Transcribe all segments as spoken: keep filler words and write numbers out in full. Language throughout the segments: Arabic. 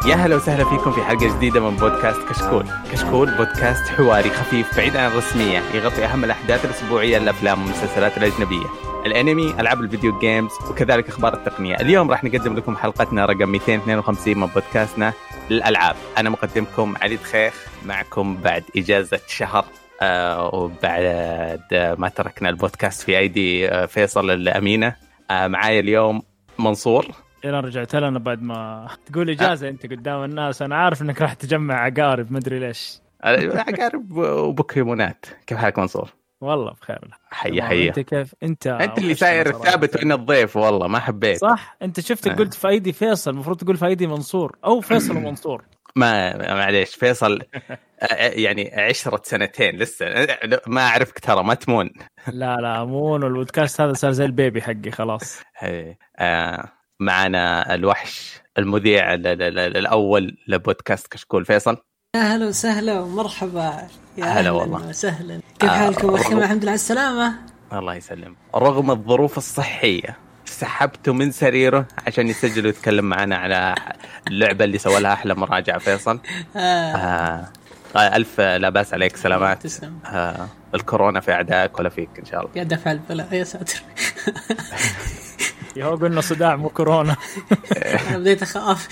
يا هلا وسهلا فيكم في حلقة جديدة من بودكاست كشكول. كشكول بودكاست حواري خفيف بعيد عن الرسمية، يغطي أهم الأحداث الأسبوعية، الأفلام والمسلسلات الأجنبية، الأنمي، ألعاب الفيديو جيمز، وكذلك أخبار التقنية. اليوم راح نقدم لكم حلقتنا رقم مئتين واثنين وخمسين من بودكاستنا للألعاب. أنا مقدمكم علي دخيخ، معكم بعد إجازة شهر آه وبعد ما تركنا البودكاست في أيدي آه فيصل الأمينة. آه معايا اليوم منصور. أنا رجعت لنا بعد ما تقول إجازة. أه. أنت قدام الناس، أنا عارف إنك راح تجمع عقارب، مدري ليش. عقارب وبوكيمونات. كيف حالك منصور؟ والله بخير. حيا حيا. أنت كيف؟ أنت أنت اللي ساير الثابت وإن الضيف، والله ما حبيت. صح، أنت شفت أه. قلت في أيدي فيصل، المفروض تقول في أيدي منصور أو فيصل ومنصور. ما معليش فيصل. يعني عشرة سنتين لسه ما أعرفك ترى، ما تمون. لا لا مون، والبودكاست هذا صار زي البيبي حقي خلاص. آه معنا الوحش المذيع الأول لبودكاست كشكول، فيصل. يا هلا وسهلا ومرحبا. يا هلا والله وسهلا. كيف آه حالكم؟ الحمد لله على السلامة. الله يسلم. رغم الظروف الصحية سحبته من سريره عشان يسجل ويتكلم معنا على اللعبة اللي سوى لها أحلى مراجعة. فيصل آه. آه. ألف لا بأس عليك، سلامات. آه. الكورونا في أعدائك ولا فيك إن شاء الله. يا دفع البلاء يا ساتر. يهو قلنا صداع مو كورونا. أنا بديت أخاف.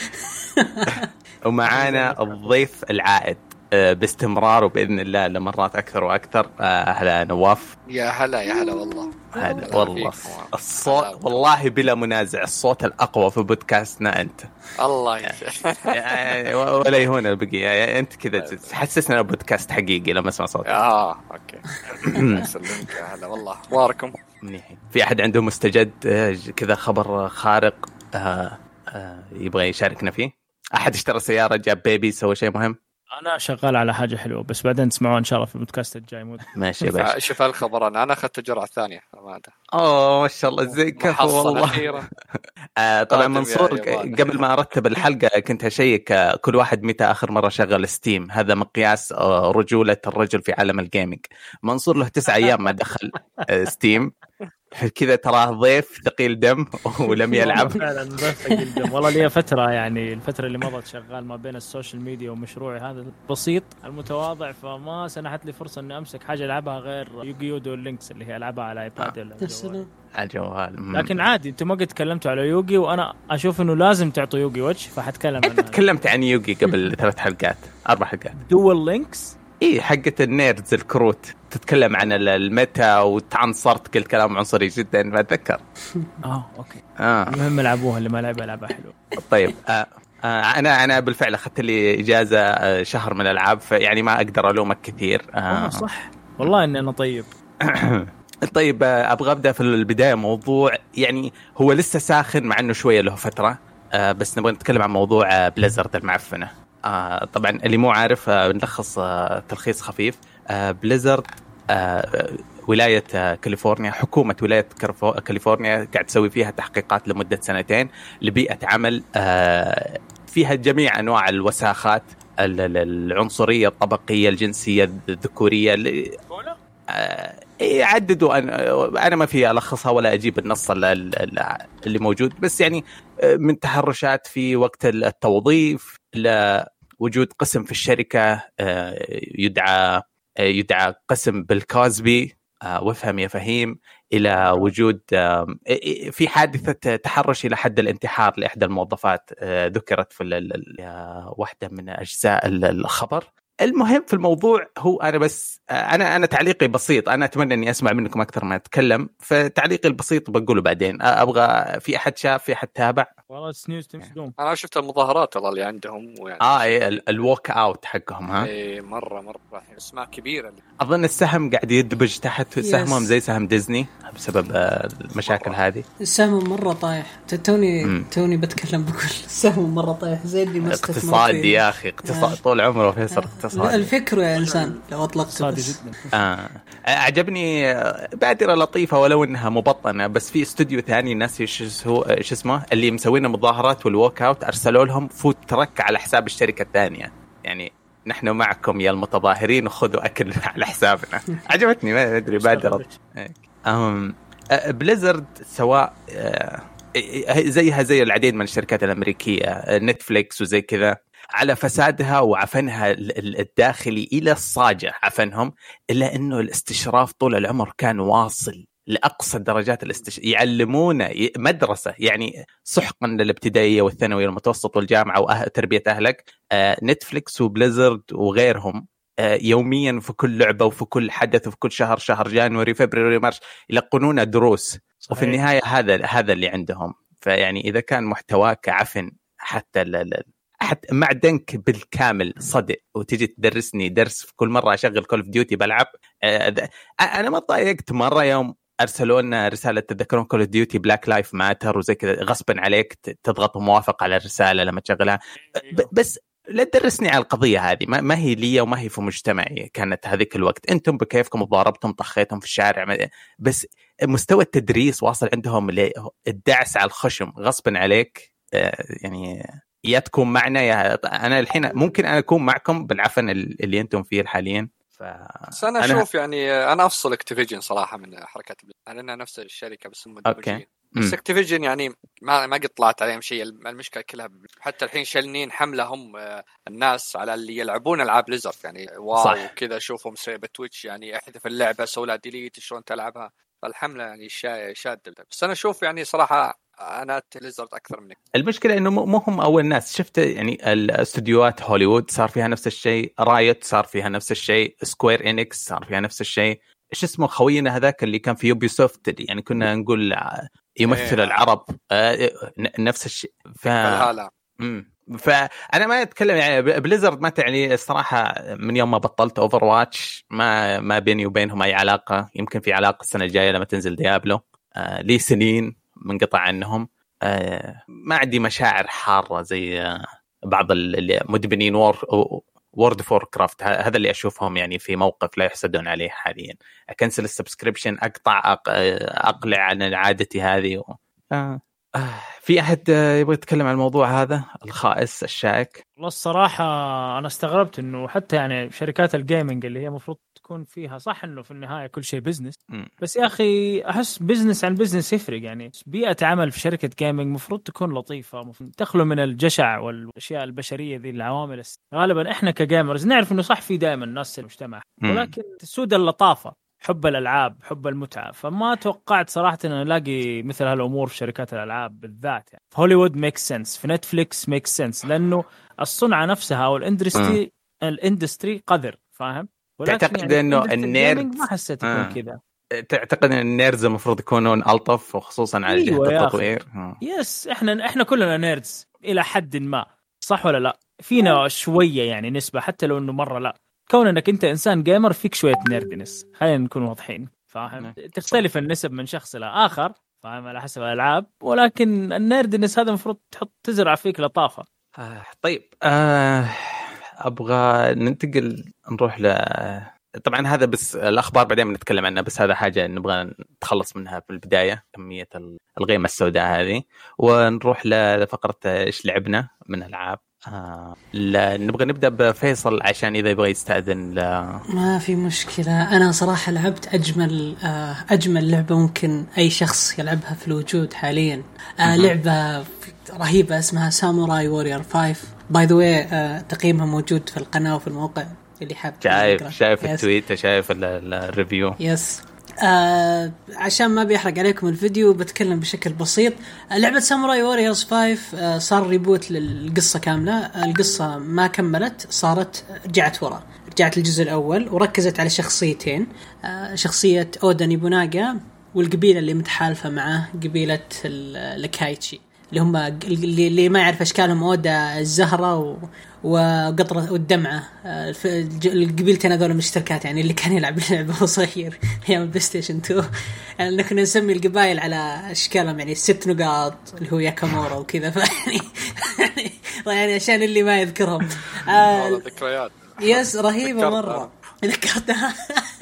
ومعانا الضيف العائد باستمرار وبإذن الله لمرات أكثر وأكثر. أهلا نواف. يا هلا يا هلا والله. هلا والله. الصوت والله بلا منازع الصوت الأقوى في بودكاستنا أنت. الله يسعدك. ولا يهون البقية، أنت كذا تحسسنا بودكاست حقيقي لما أسمع صوتك. آه أوكي. سلمك يا هلا والله. أخباركم؟ في أحد عنده مستجد كذا خبر خارق آه آه يبغى يشاركنا فيه؟ أحد اشترى سيارة، جاب بيبي، سوى شيء مهم؟ أنا شغال على حاجة حلوة بس بعدين تسمعوها إن شاء الله في البودكاست الجاي. مود ماشي يا باشا. شوف الخبر، أنا أنا أخذت الجرعة الثانية. أوه ما شاء الله، زي كفو والله. آه طبعا منصور قبل ما أرتب الحلقة كنت هشيك كل واحد متى آخر مرة شغل ستيم، هذا مقياس رجولة الرجل في عالم الجيمنج. منصور له تسعة أيام ما دخل ستيم، كذا تراه ضيف ثقيل دم ولم يلعب. فعلا ضيف ثقيل دم والله. لي فترة يعني الفترة اللي مضت شغال ما بين السوشيال ميديا ومشروعي هذا البسيط المتواضع، فما سنحت لي فرصة إني أمسك حاجة ألعبها غير يوغيو دول لينكس اللي هي ألعبها على آيباد ولا الجوال. الجوال. لكن عادي، أنتم ما قد تكلمتوا على يوغي وأنا أشوف إنه لازم تعطوا يوغي وجه، فحتكلم. أنت تكلمت عن يوغي قبل ثلاث حلقات أربع حلقات. دول لينكس إيه حقة النيردز الكروت، تتكلم عن الميتا وتعنصرت كل كلام عنصري جدا ما أتذكر. آه أوكي. آه. المهم لعبوها، اللي ما لعبها لعبها حلو. طيب آه. آه أنا أنا بالفعل أخذت لي إجازة آه شهر من الألعاب، يعني ما أقدر ألومك كثير. آه. آه صح والله إني أنا طيب. طيب آه أبغى أبدأ في البداية موضوع يعني هو لسه ساخن مع إنه شوية له فترة، آه بس نبغى نتكلم عن موضوع آه بليزرد المعفنة. آه طبعا اللي مو عارف آه نلخص آه تلخيص خفيف. آه بليزرد آه ولاية آه كاليفورنيا، حكومة ولاية كاليفورنيا قاعد تسوي فيها تحقيقات لمدة سنتين لبيئة عمل آه فيها جميع أنواع الوساخات العنصرية الطبقية الجنسية الذكورية اللي آه يعددوا. أنا, أنا ما في ألخصها ولا أجيب النص اللي موجود، بس يعني من تحرشات في وقت التوظيف، لوجود قسم في الشركة يدعى يدعى قسم بالكوزبي وافهم يا فهيم، إلى وجود في حادثة تحرش إلى حد الانتحار لإحدى الموظفات ذكرت في واحدة من أجزاء الخبر. المهم في الموضوع هو أنا بس أنا أنا تعليقي بسيط، أنا أتمنى إني أسمع منكم أكثر ما أتكلم، فتعليقي البسيط بقوله بعدين. أبغى في أحد شاف، في أحد تابع؟ والله سنيوز تمسدوم. أنا شفت المظاهرات والله اللي عندهم ويعني آه إيه الووك أوت حقهم. ها إيه مرة مرة اسماء كبيرة. أظن السهم قاعد يدبج تحت سهمهم زي سهم ديزني بسبب المشاكل هذه. السهم مرة طايح. توني م. توني بتكلم بكل السهم مرة طايح زي اللي مستثمر اقتصادي يا أخي، اقتصاد طول عمره فيصل اقتصادي. الفكرة يا إنسان لو أطلقت بس. آه. أعجبني بادرة لطيفة ولو إنها مبطنة، بس في استوديو ثاني الناس إيش هو إيش اسمه اللي مسوينا مظاهرات والووك أوت أرسلوا لهم فود ترك على حساب الشركة الثانية، يعني نحن معكم يا المتظاهرين وخذوا أكل على حسابنا. عجبتني ما أدري بادرة. أم بليزرد سواء زيها زي العديد من الشركات الأمريكية نتفليكس وزي كذا على فسادها وعفنها الداخلي إلى الصاجة عفنهم، إلا أنه الاستشراف طول العمر كان واصل لأقصى درجات الاستش... يعلمونا مدرسة يعني سحقا للابتدائية والثانوية والمتوسط والجامعة وتربية أهلك. آه نتفليكس وبليزرد وغيرهم آه يوميا في كل لعبة وفي كل حدث وفي كل شهر شهر جانوري فبراير مارس يلقنونا دروس. صحيح. وفي النهاية هذا هذا اللي عندهم. فيعني إذا كان محتواك عفن حتى ل... حتى مع دنك بالكامل صدق وتيجي تدرسني درس في كل مرة أشغل كول اوف ديوتي بلعب آه أنا ما ضايقت مرة يوم أرسلوا لنا رسالة تذكرون كول اوف ديوتي بلاك لايف ماتر وزي كذا غصبا عليك تضغط موافق على الرسالة لما تشغلها. بس لا تدرسني على القضية هذه ما, ما هي لي وما هي في مجتمعي. كانت هذيك الوقت أنتم بكيفكم ضاربتم طخيتم في الشارع بس مستوى التدريس واصل عندهم الدعس على الخشم غصبا عليك. يعني يا تكون معنا يا أنا الحين ممكن أنا أكون معكم بالعفن اللي أنتم فيه حاليا. بس أنا أشوف يعني أنا أفصل اكتيفيجن صراحة من حركات لأنها نفس الشركة بس مدمجين. بس اكتيفيجن يعني ما ما قد طلعت عليهم شيء. المشكلة كلها حتى الحين شلنين حملة هم الناس على اللي يلعبون ألعاب بليزرد يعني واو كذا أشوفهم بتويتش يعني احذف اللعبة سوي ديليت شلون تلعبها. فالحملة يعني شادة. بس أنا أشوف يعني صراحة أنا بليزرد أكثر منك. المشكلة إنه مو هم أول ناس شفت يعني الاستوديوهات هوليوود صار فيها نفس الشيء رايت صار فيها نفس الشيء سكوير إنكس صار فيها نفس الشيء. إيش اسمه خوينا هذاك اللي كان في يوبيسوفت يعني كنا نقول يمثل العرب نفس الشيء. ف... فأنا ما أتكلم يعني بليزرد ما تعني الصراحة من يوم ما بطلت أوفر واتش ما ما بيني وبينهم أي علاقة. يمكن في علاقة السنة الجاية لما تنزل ديابلو آه لي سنين منقطع عنهم. آه ما عندي مشاعر حارة زي آه بعض المدمنين وور وورد فور كرافت. هذا اللي أشوفهم يعني في موقف لا يحسدون عليه حاليا. أكنسل السبسكريبشن أقطع أقلع عن عادتي هذه و... آه. آه. في أحد يبغى يتكلم عن الموضوع هذا الخائس الشائك؟ والله الصراحة أنا استغربت إنه حتى يعني شركات الجيمنج اللي هي مفروض تكون فيها صح إنه في النهاية كل شيء بزنس م. بس يا أخي أحس بزنس عن بزنس يفرق. يعني بيئة عمل في شركة جيمنج مفروض تكون لطيفة مفروض تخلو من الجشع والأشياء البشرية ذي العوامل. غالبا إحنا كجيمرز نعرف إنه صح في دائما ناس في المجتمع ولكن تسود اللطافة حب الألعاب حب المتعة. فما توقعت صراحة أن نلاقي مثل هالأمور في شركات الألعاب بالذات. يعني في هوليوود ميك سنس في نتفليكس ميك سنس لأنه الصنعة نفسها والاندستري الاندستري قذر فاهم. تعتقد يعني أنه النيرد ما حسيت يكون آه. كذا. تعتقد أن النيردز المفروض يكونون ألطف وخصوصا على أيوة جهة التطوير. يس إحنا إحنا كلنا نيردز إلى حد ما صح ولا لا؟ فينا شوية يعني نسبة حتى لو إنه مرة لا. كون انك انت انسان جيمر فيك شويه نيردنس خلينا نكون واضحين فاهم. تختلف النسب من شخص الى اخر فاهم على حسب الالعاب ولكن النيردنس هذا المفروض تحط تزرع فيك لطافه. آه طيب آه ابغى ننتقل نروح ل طبعا هذا بس الاخبار بعدين بنتكلم عنها بس هذا حاجه نبغى نتخلص منها في البدايه كميه الغيمه السوداء هذه ونروح لفقره ايش لعبنا من العاب. آه. لا نبغى نبدأ بفيصل عشان إذا يبغى يستأذن لا ما في مشكلة. أنا صراحة لعبت أجمل آه أجمل لعبة ممكن أي شخص يلعبها في الوجود حاليا. آه لعبة رهيبة اسمها ساموراي وورير فايف. باي ذا واي تقييمها موجود في القناة وفي الموقع اللي حاب شايف شايف التويت شايف الريفيو. يس آه عشان ما بيحرق عليكم الفيديو بتكلم بشكل بسيط. لعبة ساموراي ووريرز فايف آه صار ريبوت للقصة كاملة. القصة ما كملت صارت رجعت ورا رجعت الجزء الأول وركزت على شخصيتين آه شخصية أودا نيبوناغا والقبيلة اللي متحالفة معه قبيلة الكايتشي اللي هم اللي, اللي ما يعرف أشكالهم أودا الزهرة و وقطرة والدمعة. القبيلتين هذول مشتركات يعني اللي كان يلعب اللعبة وهو صغير أيام البلاي ستيشن اثنين يعني نحن نسمي القبائل على أشكالهم يعني ست نقاط اللي هو ياكامورا وكذا فيعني يعني, يعني عشان اللي ما يذكرهم آه ذكريات يس رهيبة مرة ذكرتها.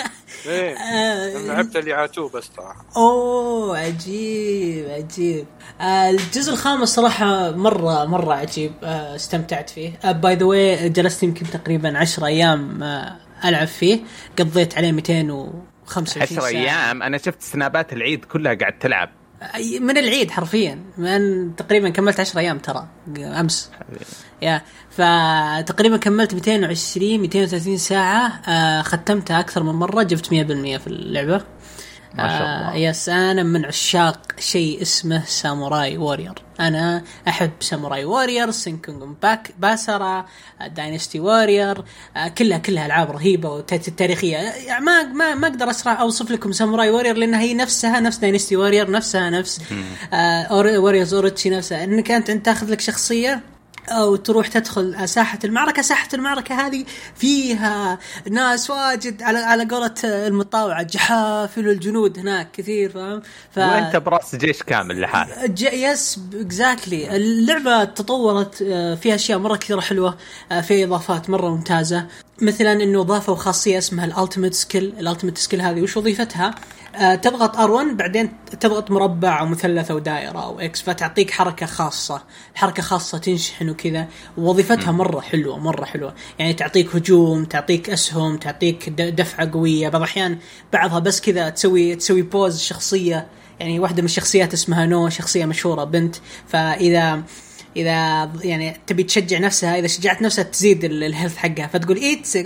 ايه لعبت اللي عاتوه بس صراحه اوه عجيب عجيب. آه الجزء الخامس صراحه مره مره عجيب. آه استمتعت فيه. باي ذا واي جلست يمكن تقريبا عشر ايام آه العب فيه قضيت عليه مئتين وخمسة وعشرين عشر ايام. انا شفت سنابات العيد كلها قاعد تلعب من العيد حرفيا، من تقريبا كملت عشر أيام ترى أمس يا فتقريبا كملت مئتين وعشرين مئتين وثلاثين ساعة. آه ختمتها أكثر من مرة، جبت مية بالمية في اللعبة ما شاء الله. آه يس أنا من عشاق شيء اسمه ساموراي وورير. أنا أحب ساموراي وورير، سينكونغ باك باسرا، داينستي وورير، آه كلها كلها ألعاب رهيبة وتاريخية. يعني ما ما ما أقدر أسرع أوصف لكم ساموراي وورير لأنها هي نفسها نفس داينستي وورير، نفسها نفس آه ووريرز أوريتشي، نفسها إنك أنت أنت تأخذ لك شخصية أو تروح تدخل ساحة المعركة. ساحة المعركة هذه فيها ناس واجد على على قولة المطاوعة، جحافل الجنود هناك كثير، فاهم؟ ف... وأنت برأس جيش كامل لحاله. ج... يس اكزاكتلي. اللعبة تطورت، فيها أشياء مرة كثيرة حلوة، فيها إضافات مرة ممتازة. مثلا إنه ضافوا خاصية اسمها الألتيميت سكيل. الألتيميت سكيل هذه وش وظيفتها؟ تضغط آر واحد بعدين تضغط مربع أو مثلث أو دائرة أو إكس فتعطيك حركة خاصة، حركة خاصة تنشحن وكذا. ووظيفتها مرة حلوة مرة حلوة، يعني تعطيك هجوم، تعطيك أسهم، تعطيك دفعة قوية. بعض الأحيان بعضها بس كذا تسوي تسوي بوز شخصية، يعني واحدة من الشخصيات اسمها نو، شخصية مشهورة بنت، فإذا إذا يعني تبي تشجع نفسها، إذا شجعت نفسها تزيد الهيلث حقها فتقول إيتس.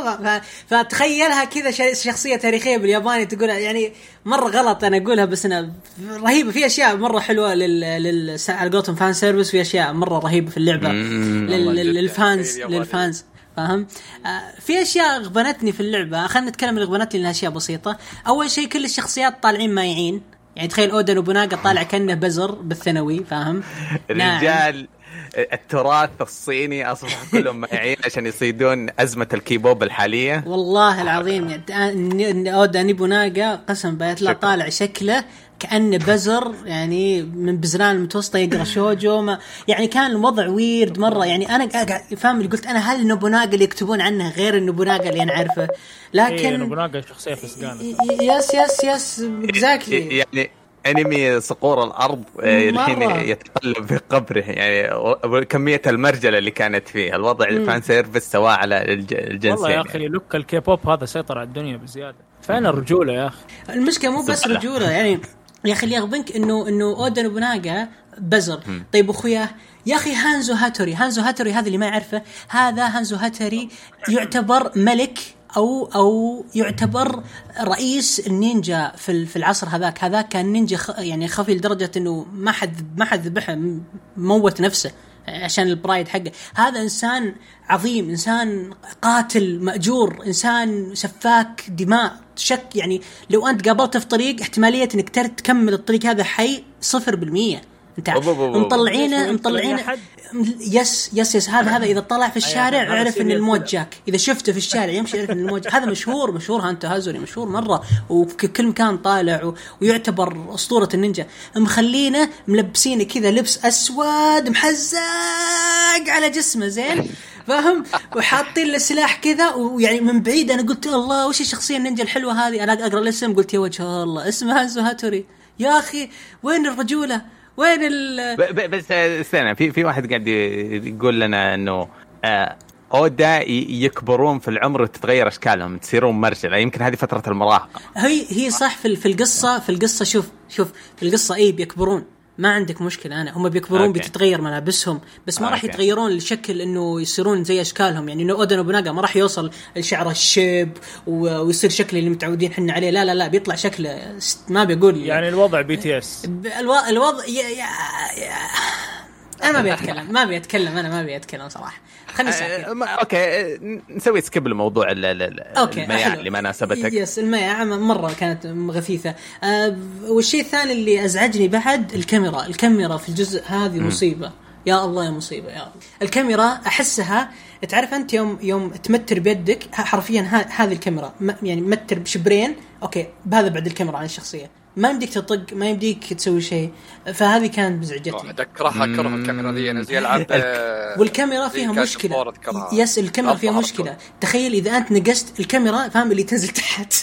فتخيلها كذا شخصية تاريخية بالياباني تقول، يعني مرة غلط أنا أقولها بس أنا رهيبة. في أشياء مرة حلوة لل لل على قولتهم فان سيرفيس، في أشياء مرة رهيبة في اللعبة للفانز للفانز فاهم؟ آه في أشياء غبنتني في اللعبة. خلينا نتكلم عن غبنتني لأنها أشياء بسيطة. أول شيء كل الشخصيات طالعين مايعين، يعني تخيل أودن وبناغا طالع كأنه بزر بالثانوي، فاهم؟ الرجال التراث الصيني أصبح كلهم مايعين عشان يصيدون أزمة الكيبوب الحالية. والله العظيم يعني أودن وبناغا قسم بيطلع طالع شكله كأنه بزر، يعني من بزران المتوسطة يقرأ شوجو ما، يعني كان الوضع ويرد مرة. يعني أنا فاهم اللي قلت أنا، هل النوبوناغا اللي يكتبون عنه غير النوبوناغا اللي أنا عارفه؟ لكن إيه نوبوناغا شخصية فسقانة. يس يس يس اكزاكتلي. يعني انمي صقور الارض الحين يتقلب في قبره، يعني كميه المرجله اللي كانت فيه الوضع الفان سيرفيس سواء على الجنسين. والله يا اخي يعني. لوك الكيبوب هذا سيطر على الدنيا بزياده. فين الرجوله يا اخي؟ المشكله مو بس رجوله، يعني يا اخي اللي يغبنك انه انه اودن وبناغا بزر. م. طيب اخويا يا اخي هانزو هاتوري، هانزو هاتوري هذا اللي ما يعرفه، هذا هانزو هاتوري يعتبر ملك أو أو يعتبر رئيس النينجا في في العصر هذاك. هذاك كان نينجا خ يعني خفي لدرجة إنه ما حد ما حد ذبحه، موت نفسه عشان البرايد حقه. هذا إنسان عظيم، إنسان قاتل مأجور، إنسان سفاك دماء. شك يعني لو أنت قابلته في طريق احتمالية إنك تكمل الطريق هذا حي صفر بالمية. انت مطلعينه مطلعينه يس يس يس هذا هذا اذا طلع في الشارع اعرف ان الموت جاك. اذا شفته في الشارع يمشي اعرف ان الموت هذا مشهور مشهور هانتو هازوري مشهور مره، وفي كل مكان طالع، ويعتبر اسطوره النينجا. مخلينه ملبسينه كذا لبس اسود محزق على جسمه زين، فاهم؟ وحاطين له سلاح كذا، ويعني من بعيد انا قلت الله وش الشخصيه النينجا الحلوه هذه. انا اقرا الاسم قلت يا وجه الله اسمه هانزو هاتوري. يا اخي وين الرجوله؟ وين ال بس استنى، في في واحد قاعد يقول لنا انه آه اودا يكبرون في العمر وتتغير اشكالهم، تصيرون مرجله، يمكن هذه فتره المراهقه. هي هي صح في في القصه في القصه شوف شوف في القصه ايه بيكبرون، ما عندك مشكله. انا هم بيكبرون أوكي. بتتغير ملابسهم بس ما راح يتغيرون لشكل انه يصيرون زي اشكالهم. يعني انه اودن وبناغا ما راح يوصل الشعر الشيب ويصير شكل اللي متعودين احنا عليه، لا لا لا بيطلع شكله ما بيقول يعني الوضع بي تي اس الو... الوضع يا... يا... يا... انا ما بيتكلم ما بيتكلم انا ما بيتكلم صراحه. خلينا ساكت. أه اوكي نسوي سكيب لموضوع المياه اللي ما ناسبتك. يس المياه مره كانت غثيثه. أه والشيء الثاني اللي ازعجني بعد الكاميرا. الكاميرا في الجزء هذه مصيبه، يا الله يا مصيبه يا الله. الكاميرا احسها تعرف انت يوم يوم تمتر بيدك حرفيا هذه الكاميرا يعني متر بشبرين اوكي بهذا بعد الكاميرا عن الشخصيه، ما يمديك تطق ما يمديك تسوي شيء. فهذه كانت بزعجتني. اذكرها كره الكاميرا دي انا زي العاب والكاميرا فيها مشكله. يس الكاميرا فيها مشكله. تخيل اذا انت نقصت الكاميرا فاهم اللي تنزل تحت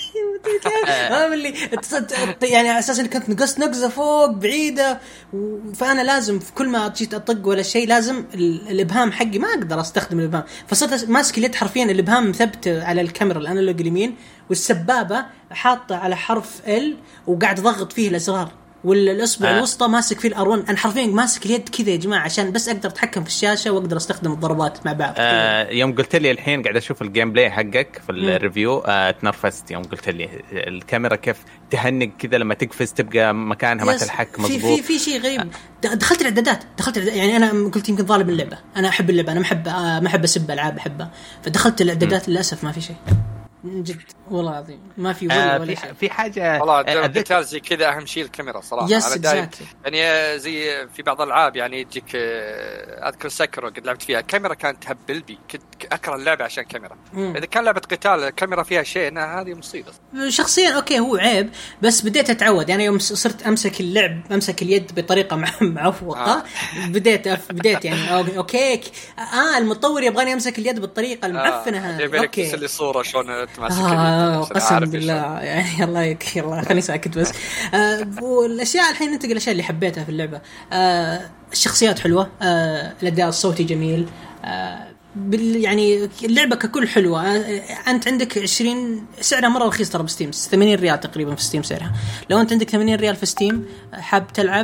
فاهم اللي يعني على اساس انك كنت نقصت نقزه فوق بعيده، فانا لازم في كل ما جيت اطق ولا شيء لازم الابهام حقي ما اقدر استخدم الابهام، فصرت ماسك اليد حرفيا الابهام مثبت على الكاميرا الانالوج اليمين، والسبابه حاطه على حرف ال وقاعد ضغط فيه الازرار والاصبع آه. الوسطى ماسك فيه الار1. انا حرفيا ماسك اليد كذا يا جماعه عشان بس اقدر اتحكم في الشاشه واقدر استخدم الضربات مع بعض. آه يوم قلت لي الحين قاعد اشوف الجيم بلاي حقك في الريفيو آه تنرفزت يوم قلت لي الكاميرا كيف تهنق كذا لما تقفز تبقى مكانها ما تلحق مضبوط. في في في شيء غريب. دخلت الاعدادات دخلت يعني انا قلت يمكن ظالم اللعبه. انا احب اللعبه، انا ما احب ما احب اسب العاب احبها، فدخلت الاعدادات للاسف ما في شيء جد والله العظيم ما في ولا, آه ولا في شيء. في حاجه والله القتال زي كذا اهم شيء الكاميرا صراحه. يس دايم يعني زي في بعض الالعاب يعني تجيك اذكر سكر قد لعبت فيها الكاميرا كانت تهبل بي، كنت اكره اللعبه عشان كاميرا. اذا كان لعبه قتال الكاميرا فيها شيء هذه مصيبه شخصيا. اوكي هو عيب بس بديت اتعود يعني يوم صرت امسك اللعب امسك اليد بطريقه معفوقه آه. بديت أف... بديت يعني اوكي اه المطور يبغاني امسك اليد بالطريقه المعفنه هذه. آه. اوكي لي صوره شلون تمسك آه. قسم بالله يعني الله يك يلا خليني ساكت بس. آه والاشياء الحين ننتقل الاشياء اللي حبيتها في اللعبه. آه الشخصيات حلوه، آه الاداء الصوتي جميل، آه بال يعني اللعبه ككل حلوه. آه انت عندك عشرين سعرها مره رخيص ترى بستيم، ثمانين ريال تقريبا في ستيم سعرها. لو انت عندك ثمانين ريال في ستيم حاب تلعب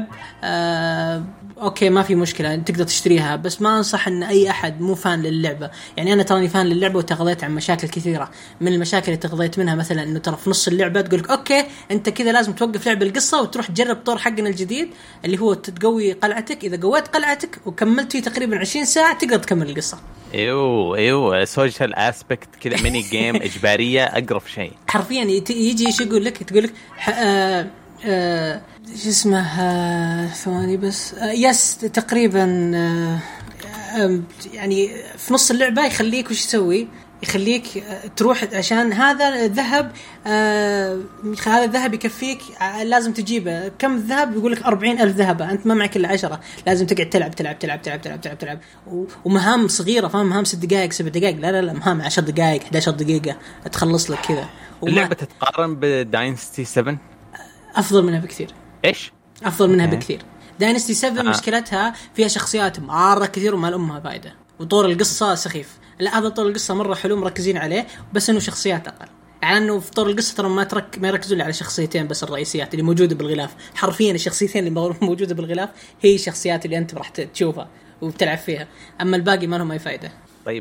آه اوكي ما في مشكله تقدر تشتريها، بس ما انصح ان اي احد مو فان للعبه. يعني انا تراني فان للعبه وتغضيت عن مشاكل كثيره. من المشاكل اللي تغضيت منها مثلا انه ترى في نص اللعبه تقولك اوكي انت كذا لازم توقف لعب القصه وتروح تجرب طور حقنا الجديد اللي هو تقوي قلعتك. اذا قويت قلعتك وكملت فيه تقريبا عشرين ساعه تقدر تكمل القصه. ايوه ايوه سوشيال اسبكت كذا ميني جيم اجباريه اقرف شيء حرفيا. يجي ايش يقول لك تقول لك آه آه شو اسمه آه ثواني بس آه يس تقريبا آه آه يعني في نص اللعبة يخليك وش يسوي يخليك آه تروح عشان هذا الذهب آه هذا الذهب يكفيك آه لازم تجيبه. كم الذهب يقول لك أربعين ألف ذهبة أنت ما معك إلا عشرة. لازم تقعد تلعب تلعب تلعب تلعب تلعب تلعب, تلعب. ومهام صغيرة فاهم مهام ست دقائق سبع دقائق لا لا لا مهام عشر دقائق إحدى عشر دقيقة تخلص لك كذا. اللعبة تتقارن بداينستي سبعة أفضل منها بكثير. إيش أفضل منها بكثير. داينستي سبعة آه. مشكلتها فيها شخصيات معارة كثير وما لأمها فائدة وطور القصة سخيف. لا هذا طور القصة مرة حلو مركزين عليه بس إنه شخصيات أقل. يعني إنه في طور القصة ترى ما ترك ما يركزوا على شخصيتين بس الرئيسيات اللي موجودة بالغلاف. حرفيا الشخصيتين اللي موجودة بالغلاف هي الشخصيات اللي أنت راح تشوفها وبتلعب فيها. أما الباقي ما لهم أي فائدة. طيب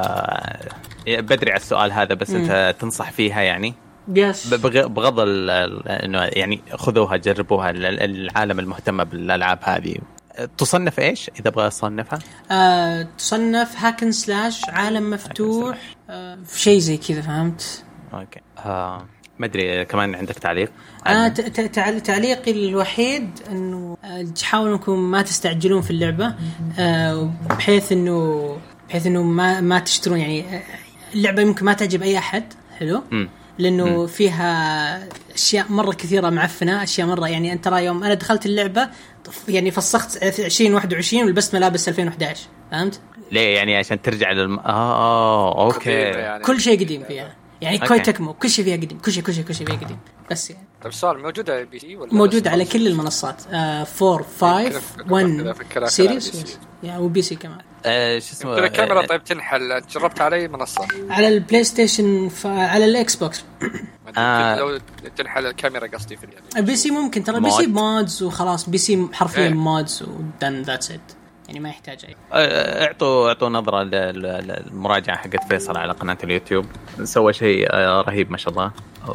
آه بدري على السؤال هذا بس م. أنت تنصح فيها يعني يس بغض انه يعني خذوها جربوها العالم المهتم بالالعاب هذه. تصنف ايش اذا ابغى اصنفها؟ آه، تصنف هاكن سلاش عالم مفتوح آه، في شيء زي كذا فهمت. اوكي آه، ما ادري كمان عندك تعليق؟ آه تعليقي الوحيد انه تحاولوا انكم ما تستعجلون في اللعبه آه، بحيث انه بحيث انه ما ما تشترون يعني اللعبه يمكن ما تعجب اي احد حلو م. لأنه م. فيها أشياء مرة كثيرة معفنة أشياء مرة يعني أنت ترى يوم أنا دخلت اللعبة يعني فسخت عشرين واحد وعشرين ولبست ملابس ألفين وإحدى عشر فهمت؟ ليه يعني عشان ترجع للم... آه, آه أوكي يعني. كل شيء قديم فيها يعني كوي تكمو كل شيء فيها قديم كل شيء كل شيء كل شيء فيها قديم بس يعني. طيب السؤال موجودة على بي سي ولا موجودة على كل المنصات فور فايف ون سيريس يعني وبي سي كمان. ايش اسمه الكاميرا طيب تنحل جربت على اي منصه؟ على البلاي ستيشن ف... على الاكس بوكس آه. لو تنحل الكاميرا قصدي في يعني البي سي ممكن ترى بي سي مودز وخلاص بي سي حرفيا ايه. مودز ودن ذاتس ات يعني ما يحتاج اي. اعطوا اعطوا نظره للمراجعه حقت فيصل على قناه اليوتيوب سوى شيء رهيب ما شاء الله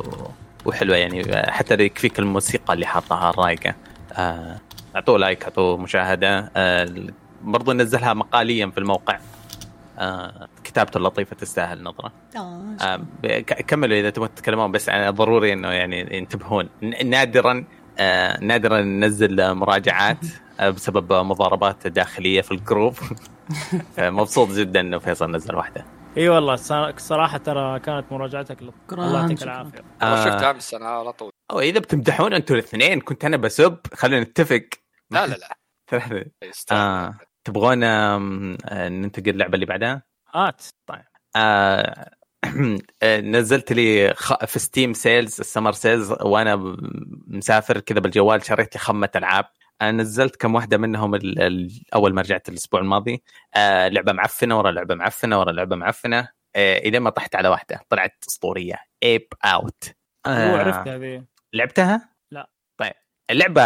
وحلوه يعني حتى يكفيك الموسيقى اللي حاطها الرايقه. اعطوا لايك اعطوا مشاهده. برضو نزلها مقاليا في الموقع آه، كتابته اللطيفة تستاهل نظرة. آه، كملوا إذا تبغون تتكلمون بس ضروري إنه يعني ينتبهون نادرا آه، نادرا ننزل مراجعات آه، بسبب مضاربات داخلية في الجروب. مبسوط جدا إنه فيصل نزل واحدة. اي والله صراحة ترى كانت مراجعتك الله يعطيك العافية. آه شفتها أمس أنا على طول. أو إذا بتمدحون أنتوا الاثنين كنت أنا بسب خلينا نتفق. لا لا لا. آه. تبغون ننتقل اللعبة اللي بعدها؟ آت طيب آه نزلت لي خ... في ستيم سيلز السمر سيلز وأنا مسافر كذا بالجوال شريت لي خمة ألعاب. نزلت كم واحدة منهم ال... ال... أول ما رجعت الأسبوع الماضي. آه لعبة معفنة ورا لعبة معفنة ورا لعبة معفنة آه إذا ما طحت على واحدة طلعت أسطورية إيب أوت. آه عرفت هذه لعبتها؟ لا. طيب اللعبة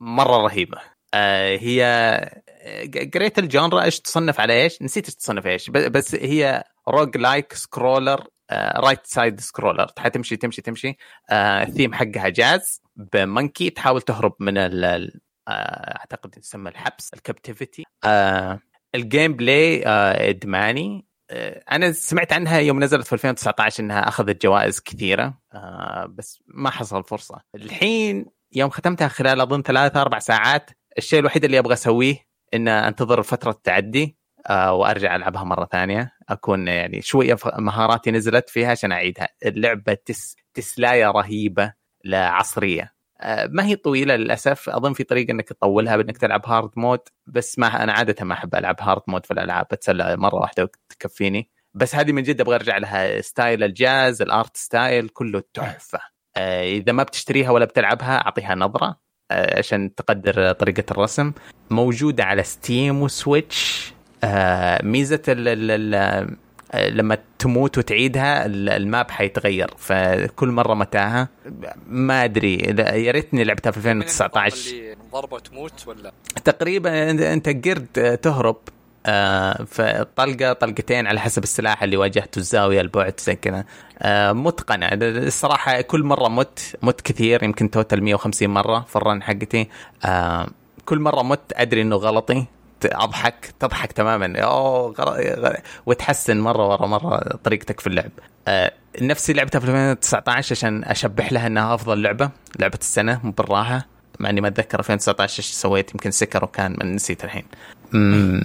مره رهيبه. آه هي قريت الجانرا ايش تصنف على ايش، نسيت ايش تصنف ايش، بس هي روج لايك سكرولر، رايت سايد سكرولر، تمشي تمشي تمشي. آه الثيم حقها جاز بمونكي تحاول تهرب من ال آه اعتقد يسمى الحبس، الكابتيفيتي. آه الجيم بلاي آه ادماني. آه انا سمعت عنها يوم نزلت في ألفين وتسعة عشر انها اخذت جوائز كثيره، آه بس ما حصل فرصه. الحين يوم ختمتها خلال اظن ثلاثة أربع ساعات، الشيء الوحيد اللي ابغى اسويه ان انتظر فتره التعدي آه وارجع العبها مره ثانيه، اكون يعني شويه مهاراتي نزلت فيها عشان اعيدها. اللعبه تس تسلايه رهيبه لعصريه. آه ما هي طويله للاسف، اظن في طريقه انك تطولها بانك تلعب هارد مود، بس ما انا عاده ما احب العب هارد مود في الالعاب، بتسلى مره واحده وتكفيني. بس هذه من جد ابغى ارجع لها، ستايل الجاز، الارت ستايل كله تحفه. آه اذا ما بتشتريها ولا بتلعبها اعطيها نظره آه عشان تقدر طريقه الرسم. موجوده على ستيم وسويتش. آه ميزه ال ال لما تموت وتعيدها الماب حيتغير، فكل مره متاهه. ما ادري، يا ريتني لعبتها في ألفين وتسعة عشر. ضربه تموت ولا تقريبا انت قرد تهرب آه فطلقه طلقتين على حسب السلاح اللي واجهته، الزاويه، البعد، زي كذا. آه متقنه الصراحه. كل مره مت مت كثير، يمكن توتال مية وخمسين مره في الرن حقتي. آه كل مره مت ادري انه غلطي، اضحك تضحك تماما اوه غر... غر... وتحسن مره ورا مره طريقتك في اللعب. آه نفسي لعبتها في ألفين وتسعة عشر عشان اشبح لها انها افضل لعبه لعبه السنه بالراحه، مع اني ما اتذكر ألفين وتسعة عشر ايش سويت، يمكن سكر وكان من نسيت الحين. امم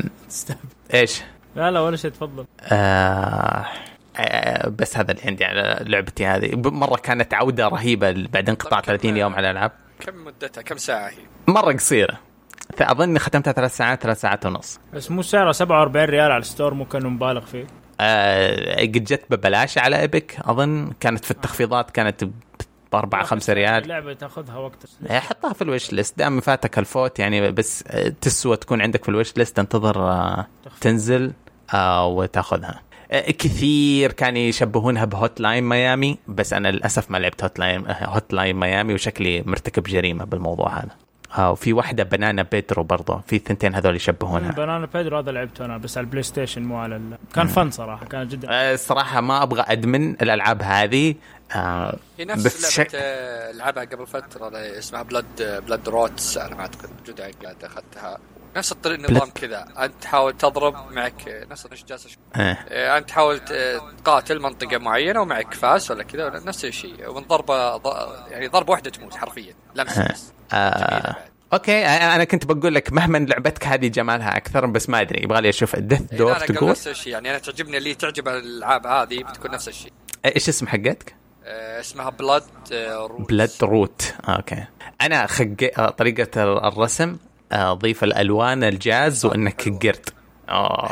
ايش لا لا ولا شيء تفضل. آه... آه بس هذا اللي عندي على لعبتي هذه. مره كانت عوده رهيبه بعد انقطاع ثلاثين يوم على الالعاب. كم مدتها؟ كم ساعه هي؟ مره قصيره، أظن ختمتها ثلاث ساعات ثلاث ساعات ونص. بس مو سعرها سبعة وأربعين ريال على الستور، مو كانوا مبالغ فيه. آه قد جت ببلاش على إيبك، أظن كانت في التخفيضات كانت بأربعة خمسة ريال. اللعبة تأخذها وقت. حطها في الويش ليست دام فاتك الفوت يعني، بس تسوى تكون عندك في الويش ليست، تنتظر آه تنزل آه وتأخذها. آه كثير كان يشبهونها بهوت لاين ميامي، بس أنا للأسف ما لعبت هوت لاين هوت لاين ميامي، وشكلي مرتكب جريمة بالموضوع هذا. اه وفي واحدة بنانا بيدرو برضه، في ثنتين هذول يشبهونها. بنانا بيدرو هذا لعبته انا بس على البلاي ستيشن مو على ال... كان فن صراحة، كان جدا آه الصراحة ما أبغى أدمن الألعاب هذه. آه هي نفس لعبة شك... لعبها قبل فترة اسمها بلاد بلاد روتس، أنا ما أعتقد موجودة قاعد أخذتها. نفس الطريق النظام كذا، أنت تحاول تضرب معك نفس النجاسة آه. أنت تحاول تقاتل منطقة معينة ومعك فاس ولا كذا، نفس الشيء، ومن ضربة يعني ضربة واحدة تموت حرفيا لمسة آه. بس. آه. اوكي انا كنت بقول لك مهما لعبتك هذه جمالها اكثر، بس ما ادري يبغى لي اشوف الديث دور تقول نفس الشيء يعني. انا تعجبني اللي تعجب الالعاب هذه بتكون نفس الشيء. ايش اسم حقتك؟ أه اسمها بلاد روت. بلاد روت اوكي. انا خق طريقه الرسم اضيف الالوان الجاز وانك قرد اه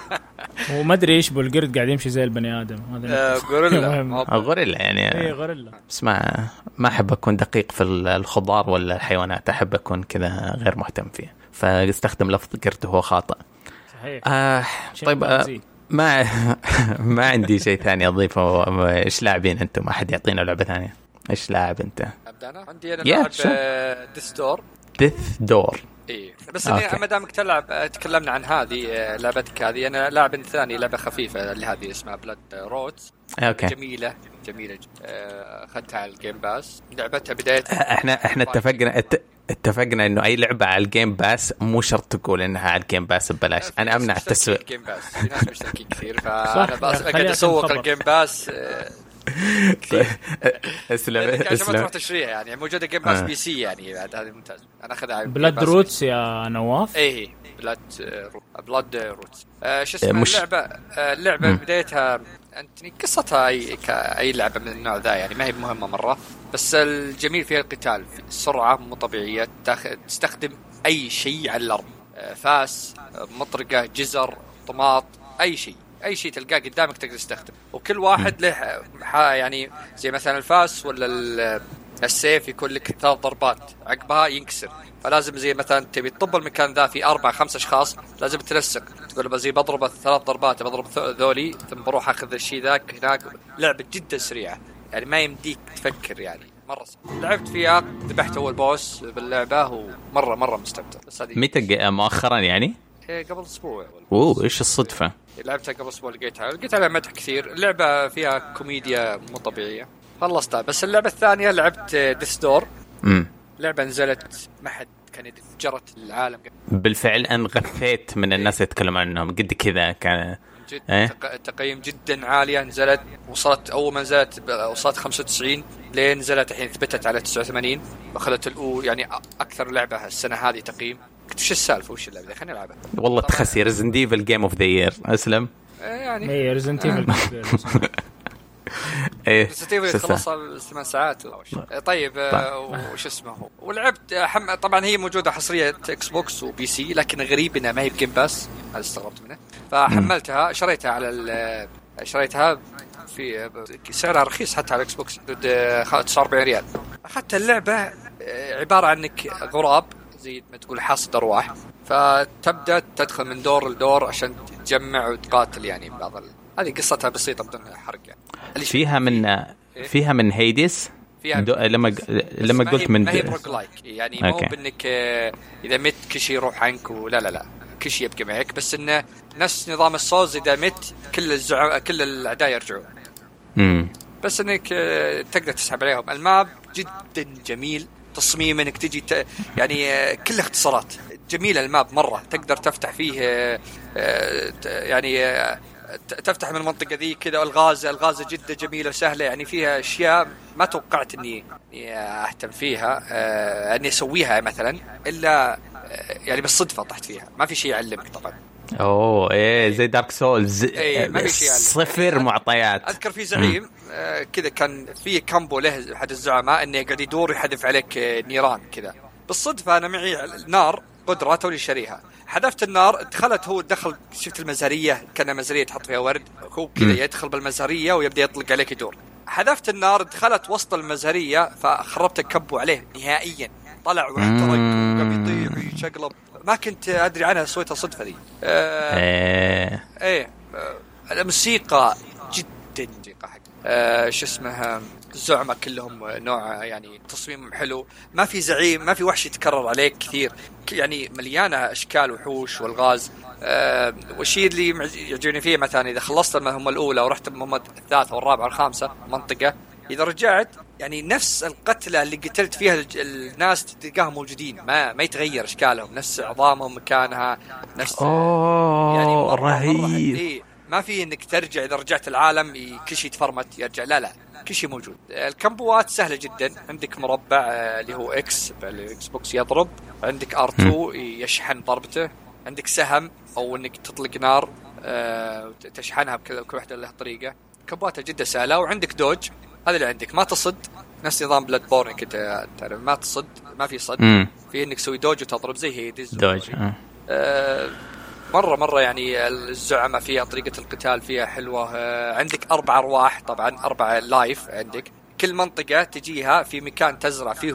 وما ادري ايش بالقرد قاعد يمشي زي البني ادم هذا. غوريلا غوريلا يعني اي غوريلا. بس ما ما احب اكون دقيق في الخضار ولا الحيوانات، احب اكون كذا غير مهتم فيه، فاستخدم لفظ قرد وهو خاطئ. صحيح. آه طيب آه ما ما عندي شيء ثاني اضيفه. ايش لاعبين انتم؟ احد يعطينا لعبه ثانيه؟ ايش لاعب انت؟ ابدا انا عندي انا لاعب ديث دور. ديث دور ايه بس اني ما دامك تلعب تكلمنا عن هذه لعبتك هذه، انا لاعب ثاني لعبه خفيفه اللي هذه اسمها بلاد روتس. اوكي جميله جميله اخذتها على الجيم باس. لعبتها بدايتها احنا احنا اتفقنا اتفقنا انه اي لعبه على الجيم باس مو شرط تقول انها على الجيم باس ببلاش. انا امنع التسويق. الجيم باس في ناس مشتركين كثير، فانا بس قاعد اسوق الجيم باس. اسلم اسلم عشان تشريها يعني موجوده جيم باس بي سي يعني بعد هذه ممتاز. انا اخذها بلاد روتس يا نواف. ايه بلاد بلاد روتس. شو اسمها اللعبه؟ اللعبه بدايتها انت قصتها اي كاي لعبه من النوع ذا يعني، ما هي مهمه مره، بس الجميل فيها القتال، السرعه مو طبيعيه، تستخدم اي شيء على الارض، فاس، مطرقه، جزر، طماط، اي شيء اي شيء تلقاه قدامك تقدر تستخدم. وكل واحد له يعني زي مثلا الفاس ولا السيف يكون لك ثلاث ضربات عقبها ينكسر، فلازم زي مثلا تبي تطب المكان ذا في أربعة خمسة أشخاص لازم تنسق، تقول بزي بضرب ثلاث ضربات بضرب ذولي ثم بروح أخذ الشيء ذاك هناك. لعبة جدا سريعة يعني ما يمديك تفكر يعني مره سهل. لعبت فيها ذبحت اول بوس باللعبه ومره مره مستمتع. بس هذه متى مؤخرا يعني؟ إيه قبل اسبوع. اوه ايش الصدفه؟ لعبتها قبل اسبوع لقيتها لقيت عليها مدح كثير. اللعبه فيها كوميديا مو طبيعيه خلصتها. بس اللعبه الثانيه لعبت ديث دور. امم لعبه نزلت ما حد كان فجرت العالم. بالفعل أنا غثيت من الناس يتكلمون عنهم قد كذا كان جد إيه؟ تقييم جدا عالية. نزلت وصلت أول ما نزلت وصلت خمسة وتسعين لين نزلت الحين ثبتت على تسعة وثمانين وأخذت الأو يعني أكثر لعبة السنة هذه تقييم. قلت وش السالفة وش اللعبة خليني ألعبها. والله تخسي ريزنت ايفل جيم اوف ذا يير أسلم يعني اي ريزنت ايفل ايه خلصها ثمان ساعات. طيب وش اسمه هو ولعبت حم... طبعا هي موجوده حصريه اكس بوكس وبي سي لكن غريب انها ما هي بجيم باس. هذا استغربت منه فحملتها شريتها على ال... شريتها في سعرها رخيص حتى على الاكس بوكس تسعة وأربعين ريال. اخذت اللعبه عباره عنك غراب زي ما تقول حاصد ارواح فتبدا تدخل من دور لدور عشان تجمع وتقاتل يعني بعض ال... هذه قصتها بسيطة بدون حرق يعني. فيها من إيه؟ فيها من هيديس فيها دو... لما لما قلت من ما هي بروك لايك يعني مو بانك اذا مت كل شيء يروح عنك ولا لا لا كل شيء يبقى معك. بس انه نفس نظام السولز اذا مت كل الزع... كل الاعداء يرجعون. امم بس انك تقدر تسحب عليهم. الماب جدا جميل تصميم انك تجي ت... يعني كل اختصارات جميلة. الماب مرة تقدر تفتح فيه يعني تفتح من المنطقة ذي كذا. الغاز الغاز جدا جميلة وسهلة يعني فيها أشياء ما توقعت إني أهتم فيها آه إني أسويها مثلا إلا يعني بالصدفة طحت فيها. ما في شيء يعلمك طبعا. أوه إيه زي دارك سولز إيه ما في شيء صفر معطيات. أذكر في زعيم آه كذا كان في كامبو له أحد الزعماء إنه قاعد يدور يحذف عليك نيران كذا. بالصدفة أنا معي نار قدرة تولي شريها حذفت النار دخلت هو دخل شفت المزارية كان مزارية تحط فيها ورد هو كذا يدخل بالمزارية ويبدأ يطلق عليك يدور. حذفت النار دخلت وسط المزارية فخربت الكبو عليه نهائيا. طلع واحترق وقام يطيح ويشقلب ما كنت أدري عنها سويتها صدفة ذي. آه ايه آه الموسيقى جدا موسيقى حق آه شو اسمها الزعماء كلهم نوع يعني تصميم حلو. ما في زعيم ما في وحش يتكرر عليك كثير يعني مليانة أشكال وحوش والغاز. أه والشيء اللي يعجبني فيه مثلا إذا خلصت المهمة الأولى ورحت المهمة الثالثة والرابعة والخامسة منطقة إذا رجعت يعني نفس القتلة اللي قتلت فيها الناس تلقاهم موجودين ما ما يتغير أشكالهم نفس عظامهم مكانها نفس يعني مرة رهيب مرة إيه ما في إنك ترجع إذا رجعت العالم كل شيء تفرمت يرجع لا لا كل شيء موجود. الكمبوات سهلة جدا. عندك مربع اللي هو اكس بالاكس بوكس يضرب. عندك ار تو يشحن ضربته. عندك سهم او انك تطلق نار أه تشحنها بكل واحدة لها طريقة. كمبواتها جدا سهلة. وعندك دوج هذا اللي عندك ما تصد نفس نظام بلاد بورن كده تعرف ما تصد ما في صد مم. في انك تسوي دوج وتضرب زي هيديز دوج أه مرة مرة يعني الزعماء فيها طريقة القتال فيها حلوة. عندك أربع أرواح طبعا أربع لايف عندك. كل منطقة تجيها في مكان تزرع فيه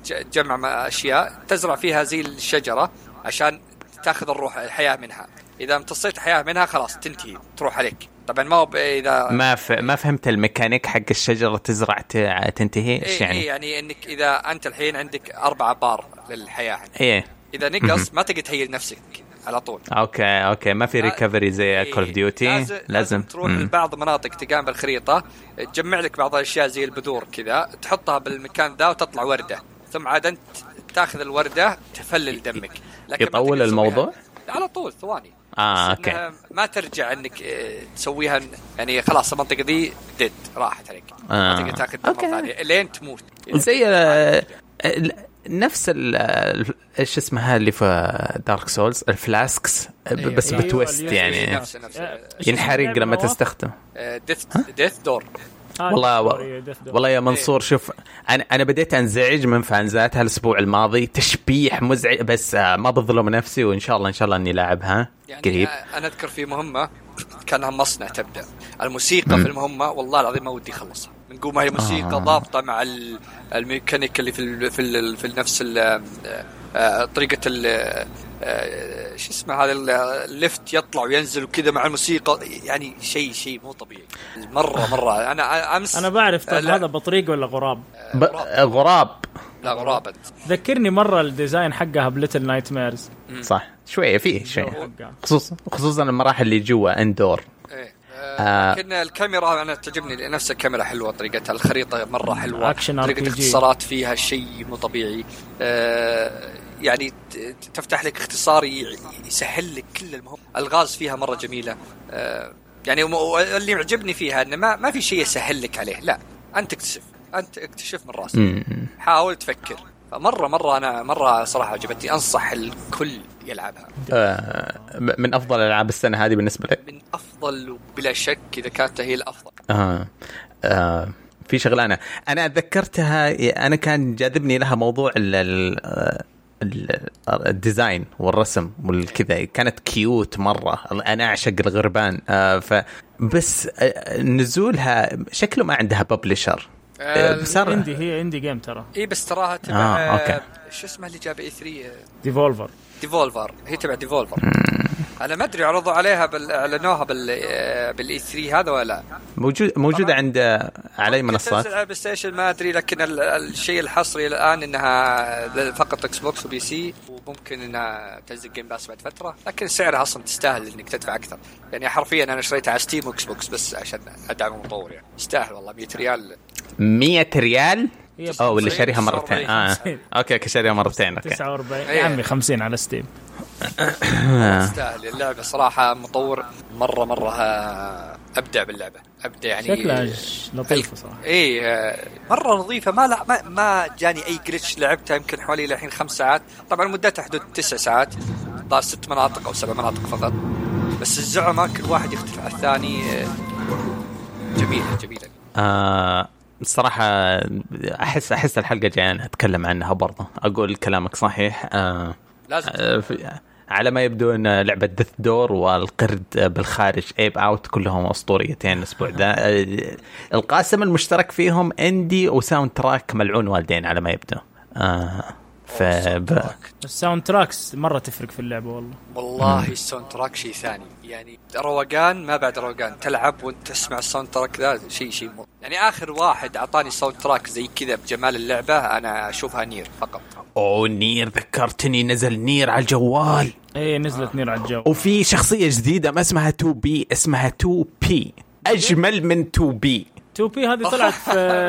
جمع أشياء تزرع فيها زي الشجرة عشان تأخذ الروح الحياة منها. إذا امتصيت حياة منها خلاص تنتهي تروح عليك. طبعا ما هو إذا ما ف... ما فهمت الميكانيك حق الشجرة تزرع ت... تنتهي إيه يعني إيه يعني إنك إذا أنت الحين عندك أربع بار للحياة إيه إذا نقص ما تقدر تهيل نفسك على طول. اوكي اوكي ما في ريكفري زي كول اوف ديوتي. لازم, لازم تروح لبعض مناطق تقام بالخريطه تجمع لك بعض الاشياء زي البذور كذا تحطها بالمكان ذا وتطلع ورده ثم عاد انت تاخذ الورده تفلل دمك. لكن يطول الموضوع على طول ثواني. اه اوكي ما ترجع انك تسويها يعني خلاص المنطقه دي ديد راحت عليك. آه. تقدر تاخذ مره ثانيه لين تموت زي آه نفس ال ايش اسمها اللي في دارك سولز الفلاسكس بس أيوة بتويست أيوة يعني نفس نفس ينحرق لما تستخدم ديث ديث دور. والله و... والله يا منصور شوف انا انا بديت انزعج من فانزات هالاسبوع الماضي تشبيح مزعج بس ما بظلم نفسي وان شاء الله ان شاء الله اني لاعبها يعني قريب. انا اذكر في مهمه كانها مصنع تبدا الموسيقى م. في المهمه والله العظيم ما ودي اخلصها من قوم هي موسيقى آه. ضابطه مع الميكانيك اللي في ال في ال في نفس طريقه ال شو اسمه هذا الليفت يطلع وينزل وكذا مع الموسيقى، يعني شيء شيء مو طبيعي مره مره. انا امس انا بعرف طيب هذا بطريق ولا غراب؟ ب... غراب. لا غراب. ذكرني مره الديزاين حقها بليتل نايت ميرز. صح شويه فيه شيء، خصوصا خصوصا المراحل اللي جوا اندور. ايه لكن آه. الكاميرا انا تعجبني، نفس الكاميرا حلوه، طريقتها الخريطه مره حلوه، طريقه الاختصارات فيها شيء مو طبيعي. آه يعني تفتح لك اختصار يسهل لك كل المهم. الغاز فيها مره جميله. آه يعني اللي يعجبني فيها انه ما ما في شيء يسهل لك عليه، لا انت اكتشف، انت اكتشف من راسك، حاول تفكر. فمره مره انا مره صراحه عجبتني، انصح الكل يلعبها. آه من افضل العاب السنه هذه بالنسبه لك؟ من افضل بلا شك، اذا كانت هي الافضل. آه. آه. في شغلانه انا اتذكرتها، انا كان جاذبني لها موضوع ال الديزاين والرسم والكذا، كانت كيوت مرة، أنا أعشق الغربان. آه فبس آه نزولها شكله ما عندها ببلشر. آه عندي هي عندي جيم ترى. إيه بس تراها تبع آه أوكي. شو اسمه اللي جاب إي ثري؟ ديفولفر. ديفولفر هي تبع ديفولفر. أنا ما أدري عرضوا عليها بال اعلنوها بال بالإي ثري هذا ولا موجود موجودة عند على منصات على بلاي ستيشن ما أدري، لكن الشيء الحصري الآن إنها فقط إكس بوكس وبي سي، وممكن إنها تنزل جيم باس بعد فترة، لكن سعرها أصلا تستاهل إنك تدفع أكثر. يعني حرفيا أنا شريتها على ستيم وإكس بوكس بس عشان أدعم المطور، يعني يستاهل والله. مية ريال مية ريال أو ولا شاريها مرتين؟ آه. أوكي كشاريها مرتين. أوكي تسعة وأربعين يا عمي خمسين على ستيم. تستاهل اللعبة صراحة، مطور مرة مرة أبدع باللعبة، أبدع يعني شكلها لطيفة صراحة. إيه مرة نظيفة، ما لا ما, ما جاني أي جلتش. لعبتها يمكن حوالي لحين خمس ساعات، طبعا مدتها حدود تسع ساعات، ضار ست مناطق أو سبع مناطق فقط، بس الزعماء كل واحد يختلف عن الثاني. جميلة جميلة. آه الصراحة أحس أحس الحلقة جاية أتكلم عنها برضه، أقول كلامك صحيح. آه لازم. آه على ما يبدو أن لعبة ديث دور والقرد بالخارج ايب اوت كلهم أسطوريتين الأسبوع ده. آه القاسم المشترك فيهم اندي وساوند تراك ملعون والدين على ما يبدو. آه فب... الساوند تراكس مرة تفرق في اللعبة والله. والله الساوند تراك شيء ثاني، يعني روقان ما بعد روقان، تلعب وانت تسمع الساوند تراك ذا شيء شيء مو. يعني آخر واحد أعطاني ساوند تراك زي كذا بجمال اللعبة أنا أشوفها نير فقط. أوه نير، ذكرتني نزل نير على الجوال. إيه نزلت آه. نير على الجوال، وفي شخصية جديدة ما اسمها تو بي، اسمها تو بي، أجمل من تو بي. تو بي هذه طلعت في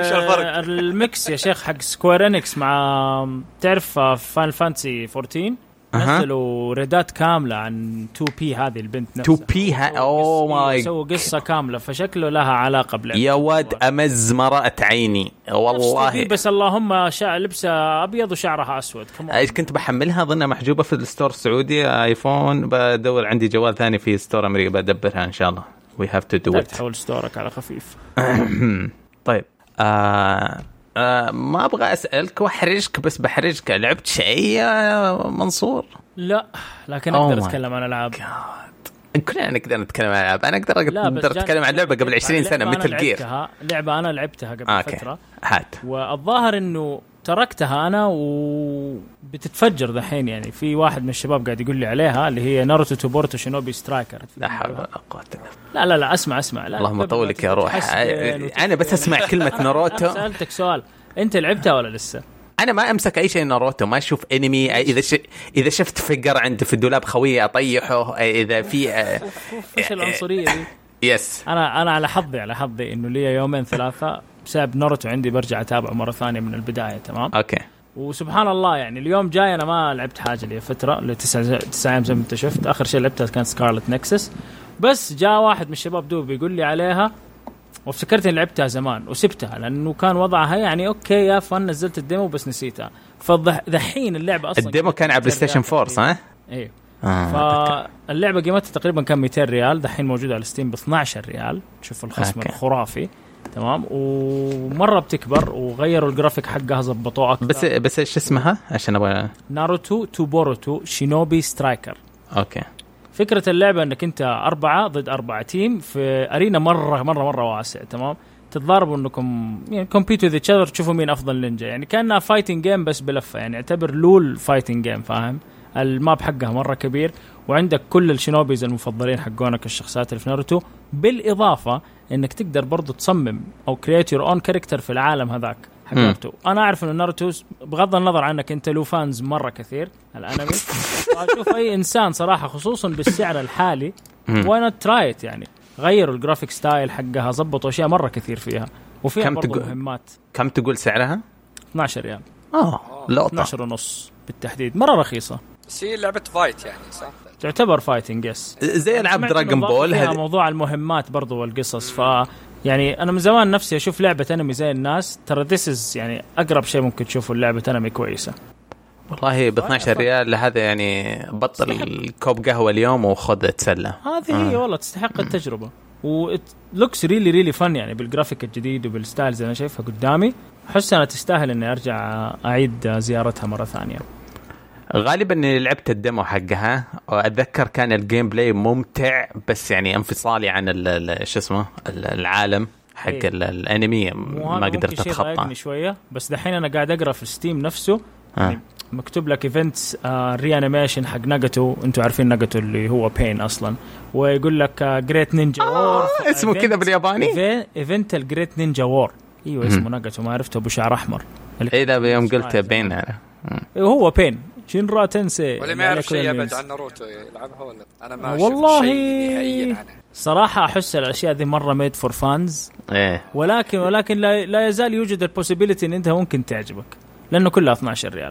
الميكس يا شيخ حق سكوير انكس مع تعرف فاينل فانتسي فورتين. نزلوا ريدات كاملة عن تو بي هذه البنت نفسها. تو بي ها أوه ماي، سووا قصة كاملة، فشكله لها علاقة بلعبة. يا واد أمز مرأت عيني والله. بس اللهم شعر لبسها أبيض وشعرها أسود. إيش كنت بحملها ظنها محجوبة في الستور السعودي آيفون، بدور عندي جوال ثاني في ستور أمريكا بدبرها إن شاء الله. we have to do it. تحول ستورك على خفيف. طيب آه آه ما أبغى أسألك وأحرجك، بس بحرجك، لعبت شيء يا منصور؟ لا لكن أقدر oh أتكلم عن ألعاب. كلنا نقدر نتكلم عن ألعاب. أنا أقدر أقدر أتكلم عن لعبة قبل عشرين سنة مثل جير. لعبة أنا لعبتها قبل آه فترة هات. والظاهر إنه تركتها أنا وبتتفجر ذحين. يعني في واحد من الشباب قاعد يقول لي عليها، اللي هي ناروتو توبورتو شينوبي سترايكر. لا حول ولا قوة إلا لا لا لا اسمع اسمع لا اللهم طولك يا روح. أنا بس أسمع كلمة ناروتو. سألتك سؤال، أنت لعبتها ولا لسه؟ أنا ما أمسك أي شيء ناروتو، ما أشوف أنمي. إذا ش... إذا شفت فقر عند في الدولاب خويه أطيحه. إذا في إيش العنصرية دي؟ يس. أنا أنا على حظي على حظي إنه لي يومين ثلاثة بسبب ناروتو عندي برجع أتابعه مرة ثانية من البداية. تمام أوكي. وسبحان الله يعني اليوم جاي أنا ما لعبت حاجة لي فترة لتسع تسع أيام زي ما أنت شفت. آخر شيء لعبتها كان سكارلت نكسس، بس جاء واحد من الشباب دوب بيقول لي عليها وافتكرت إن لعبتها زمان وسبتها لأنه كان وضعها يعني أوكي يا فن، نزلت الديمو بس نسيتها. فذحين اللعبة أصلا الديمو كان على بلاي ستيشن فور صح؟ إيه. آه فاللعبة قيمتها تقريبا كان مئتين ريال، دحين موجودة على ستيم ب اثنا عشر ريال. شوف الخصم أوكي. الخرافي. تمام. ومرة بتكبر وغيروا الجرافيك حقها زبطوه أكثر. بس بس إيش اسمها عشان أبغى؟ ناروتو توبوروتو شينوبي سترايكر. أوكي. فكرة اللعبة أنك أنت أربعة ضد أربعة تيم في أرينا مرة مرة مرة واسع. تمام. تتضاربوا انكم يعني كومبيت وذ ايتش اذر تشوفوا مين افضل نينجا. يعني كانها فايتنج جيم بس بلفه. يعني اعتبر لول فايتنج جيم فاهم. الماب حقها مره كبير وعندك كل الشينوبيز المفضلين حقونك الشخصيات اللي في ناروتو بالاضافه انك تقدر برضو تصمم او كرييت يور اون كاركتر في العالم هذاك حق ناروتو. انا اعرف انه ناروتو بغض النظر عنك انت له فانز مره كثير الانمي اشوف اي انسان صراحه خصوصا بالسعر الحالي وانا ترايت يعني غيروا الجرافيك ستايل حقها ضبطوا اشياء مره كثير فيها وفيها برضو تقول مهمات. كم تقول سعرها؟ اثناشر ريال. اه لا اثناشر ونص بالتحديد مره رخيصه. بس هي لعبه فايت يعني صح تعتبر فايتنج يس زي العاب دراغون بول. هذا موضوع المهمات برضو والقصص. ف يعني انا من زمان نفسي اشوف لعبه انمي زي الناس ترى ذس يعني اقرب شيء ممكن تشوفوا اللعبه انمي كويسه والله ب اثناشر ريال. هذا يعني بطل كوب قهوه اليوم وخذ تسلى. هذه هي والله تستحق التجربه ولوكس ريلي ريلي فن يعني بالجرافيك الجديد وبالستايلز انا شايفها قدامي. احس انا تستاهل اني ارجع اعيد زيارتها مره ثانيه. غالبا اني لعبت الديمو حقها واتذكر كان الجيم بلاي ممتع بس يعني انفصالي عن شو اسمه العالم حق إيه. الانمي ما قدرت اتخطى شويه. بس دحين انا قاعد اقرا في ستيم نفسه يعني مكتوب لك ايفنتس ريانيميشن حق ناجاتو. انتوا عارفين ناجاتو اللي هو بين اصلا. ويقول لك جريت نينجا وور اسمه كذا بالياباني ايفنت الجريت نينجا وور. ايوه اسمه ناجاتو ما عرفته ابو شعر احمر. ايه ده بيوم قلت بين انا هو بين شينرا تنسي ولا ما يعرف شيء ابد عن ناروتو يلعبها ولا انا ما والله صراحه احس الاشياء دي مره ميد فور فانز. ايه ولكن ولكن لا, لا يزال يوجد البوسيبيليتي ان انت ممكن تعجبك لانه كلها اثناشر ريال.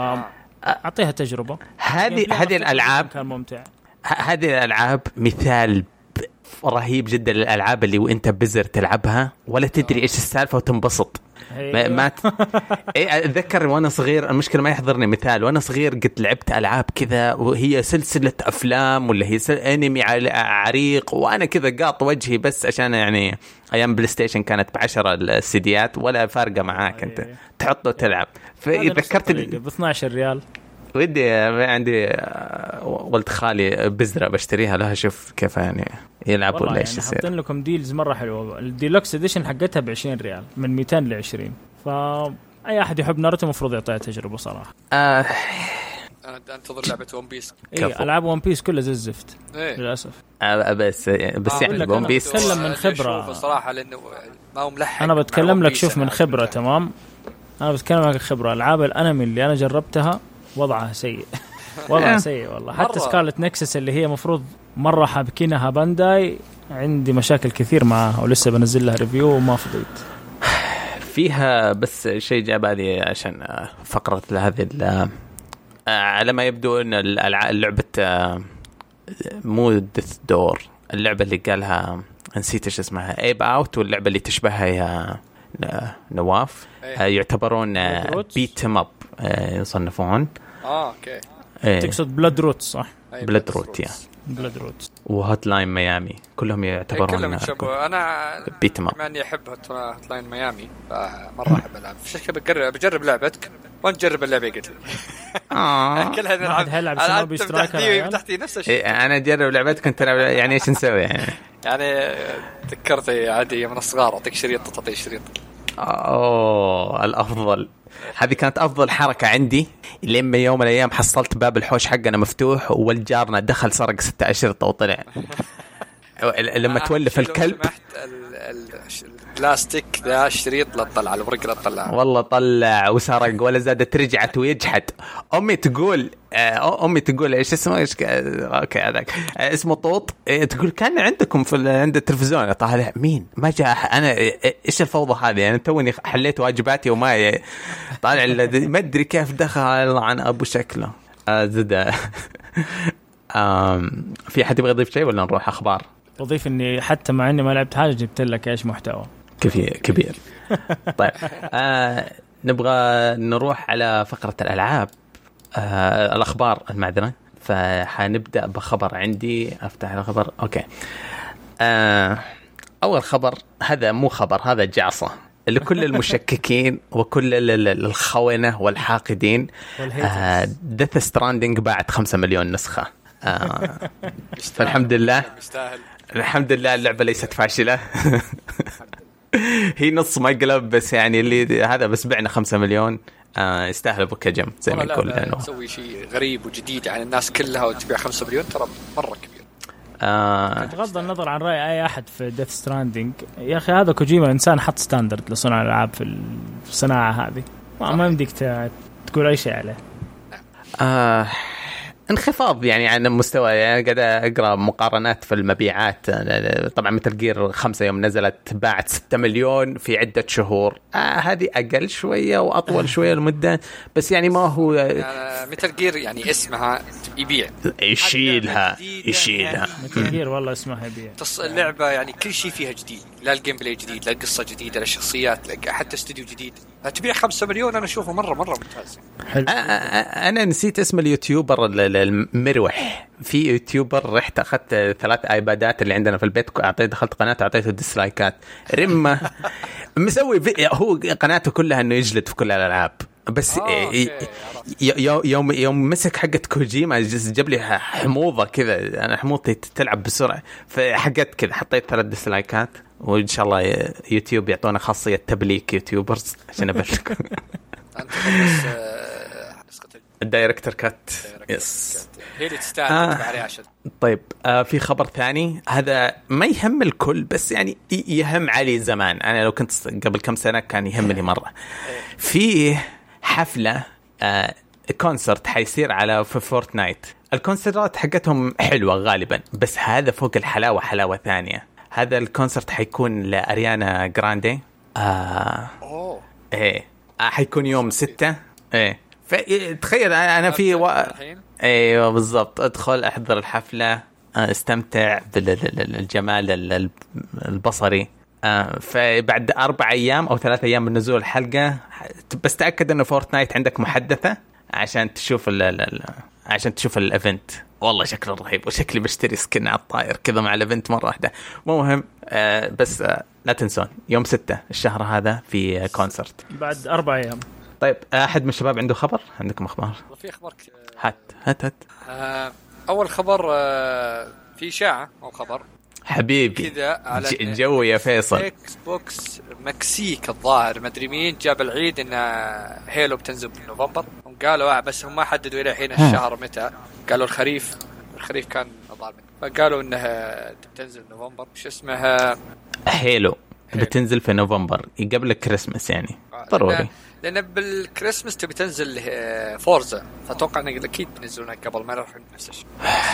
فاعطيها تجربه. هذه هذه الالعاب كان ممتع. هذه الالعاب مثال رهيب جدا للالعاب اللي وانت بزر تلعبها ولا تدري ايش السالفه وتنبسط. ما, ما ت... إيه أتذكر وأنا صغير المشكلة ما يحضرني مثال. وأنا صغير قد لعبت ألعاب كذا وهي سلسلة أفلام ولا هي سل... أنمي عريق وأنا كذا قاط وجهي بس عشان يعني أيام بلاي ستيشن كانت بعشرة السيديات ولا فارقة معاك أنت تحطه وتلعب. فذكرت ب اثناشر ريال ودي عندي ولد خالي بزرة بشتريها لها شوف كيف يعني يلعب ولا ايش يصير. حاطين لكم ديلز مره حلوه. الديلوكس اديشن حقتها ب عشرين ريال من مئتين ل عشرين. فاي احد يحب ناروتو مفروض يعطيها تجربه صراحه. آه. انا انتظر لعبه ون بيس. اي العاب ون بيس كلها زي الزفت إيه؟ للاسف. آه بس بس آه يعني ون بيس اتكلم من خبره صراحه لانه ما هو ملحق. انا بتكلم لك شوف من خبره تمام. انا بتكلم لك خبره. العاب الانمي اللي انا جربتها وضعها سيء. وضعها سيء والله. حتى سكارلت نكسس اللي هي مفروض مرة حابكينها بانداي عندي مشاكل كثير معها ولسه بنزل لها ريفيو وما فضيت فيها. بس شيء جاء بالي عشان فقرة لهذه على ما يبدو ان اللعبة مو ديث دور اللعبة اللي قالها نسيت ايش اسمها ايب اوت واللعبة اللي تشبهها يا نواف يعتبرون بيت اب يصنفون. اه اوكي ايه. تقصد بلاد روت صح؟ بلاد روت يا بلاد روت وهوت لاين ميامي كلهم يعتبرون كلهم انا بما اني احب هوت لاين ميامي فمره احب العب. شكلك بجرب بجرب لعبتك وانت جرب اللعبه قلت لي اه كلها نلعب هلعب سنوبي سترايكر تحتي نفس الشيء. انا اجرب لعبتك كنت العب يعني ايش نسوي يعني يعني تذكرت عادي من الصغار اعطيك شريط تعطي شريط. اوه الافضل. هذه كانت افضل حركه عندي لما يوم من الايام حصلت باب الحوش حقنا مفتوح والجارنا دخل سرق ستة اشرطه وطلع. لما تولف الكلب البلاستيك ذا الشريط لا تطلع على الورق لا تطلع والله طلع وسرق ولا زادت رجعت ويجحد. امي تقول امي تقول ايش اسمه ايش اوكي هذاك اسمه طوط تقول كان عندكم في عند التلفزيون طالع مين ما جاء انا ايش الفوضى هذه انا يعني توني حليت واجباتي وما طالع ما ادري كيف دخل عن ابو شكله زد. في حد يبغى يضيف شيء ولا نروح اخبار؟ أضيف إني حتى مع إني ما لعبت حاجة جبت لك إيش محتوى كبير كبير. طيب آه نبغى نروح على فقرة الألعاب آه الأخبار المعذرة. فحنبدأ بخبر عندي أفتح الخبر أوكي. آه أول خبر هذا مو خبر هذا جعصة لكل المشككين وكل الخونة والحاقدين. آه ديث ستراندينج باعت خمسة مليون نسخة. آه فالحمد لله الحمد لله اللعبة ليست فاشلة. هي نص مقلب بس يعني اللي هذا بس بعنا خمسة مليون آه يستاهل ابو كجم زي ما يقول لانه تسوي شيء غريب وجديد عن الناس كلها وتبيع خمسة مليون ترى مره كبير. آه بغض النظر عن راي اي احد في ديث ستراندينج يا اخي هذا كوجيما انسان حط ستاندرد لصناع الالعاب في الصناعه هذه ما, ما يمديك تقول اي شيء عليه. آه انخفاض يعني عن مستوى يعني قاعد اقرا مقارنات في المبيعات طبعا مثل جير خمسة يوم نزلت باعت ستة مليون في عده شهور آه هذه اقل شويه واطول شويه المده بس يعني ما هو يعني مثل جير يعني اسمها يبيع يشيلها يشيلها مثل جير والله اسمها يبيع. اللعبه يعني كل شيء فيها جديد لا الجيم بلاي جديد لا القصه جديده لا الشخصيات لا حتى استوديو جديد تبيع خمسة مليون انا اشوفه مره مره ممتاز. انا نسيت اسم اليوتيوبر المروح في يوتيوبر رحت اخذت ثلاث ايبادات اللي عندنا في البيت اعطيت دخلت قناته اعطيته ديسلايكات رمه مسوي هو قناته كلها انه يجلد في كل الالعاب بس يوم يوم مسك حقة كوجيما جاب لي حموضه كذا انا حموضتي تلعب بسرعه فحقت كذا حطيت ثلاث ديسلايكات وان شاء الله يوتيوب يعطونا خاصيه تبليك يوتيوبرز عشان ابلغ الدايركتور كات يس هي اللي تستاهل آه. عليها عشان طيب آه في خبر ثاني هذا ما يهم الكل بس يعني يهم علي زمان انا لو كنت قبل كم سنه كان يهمني مره في حفله آه كونسرت حيصير على في فورتنايت. الكونسرتات حقتهم حلوه غالبا بس هذا فوق الحلاوه حلاوه ثانيه. هذا الكونسرت حيكون لاريانا جراندي آه اوه ايه آه حيكون يوم ستة ايه فتخيل انا في و... ايوه بالضبط ادخل احضر الحفله استمتع بالجمال البصري فبعد اربع ايام او ثلاث ايام من نزول الحلقه بس تاكد انه فورتنايت عندك محدثه عشان تشوف ال عشان تشوف الايفنت. والله شكله رهيب وشكلي بشتري سكن على الطائر كذا مع الايفنت مره واحده. مو مهم بس لا تنسون يوم ستة الشهر هذا في كونسرت بعد اربع ايام. طيب احد من الشباب عنده خبر؟ عندكم اخبار؟ في اخبار كتير. هات هات هات آه اول خبر آه في اشاعه او خبر حبيبي كذا على الجو يا فيصل اكس بوكس مكسيك الظاهر ما ادري مين جاب العيد ان هيلو بتنزل بنوفمبر قالوا بس هم ما حددوا الى حين الشهر متى قالوا الخريف الخريف كان الظاهر فقالوا انها بتنزل نوفمبر مش اسمها هيلو بتنزل في نوفمبر قبل الكريسماس يعني ضروري لأن بالكريسماس تبي تنزل فورزا فأتوقع أن أكيد بنزلونها قبل ما نروح نفس الشيء.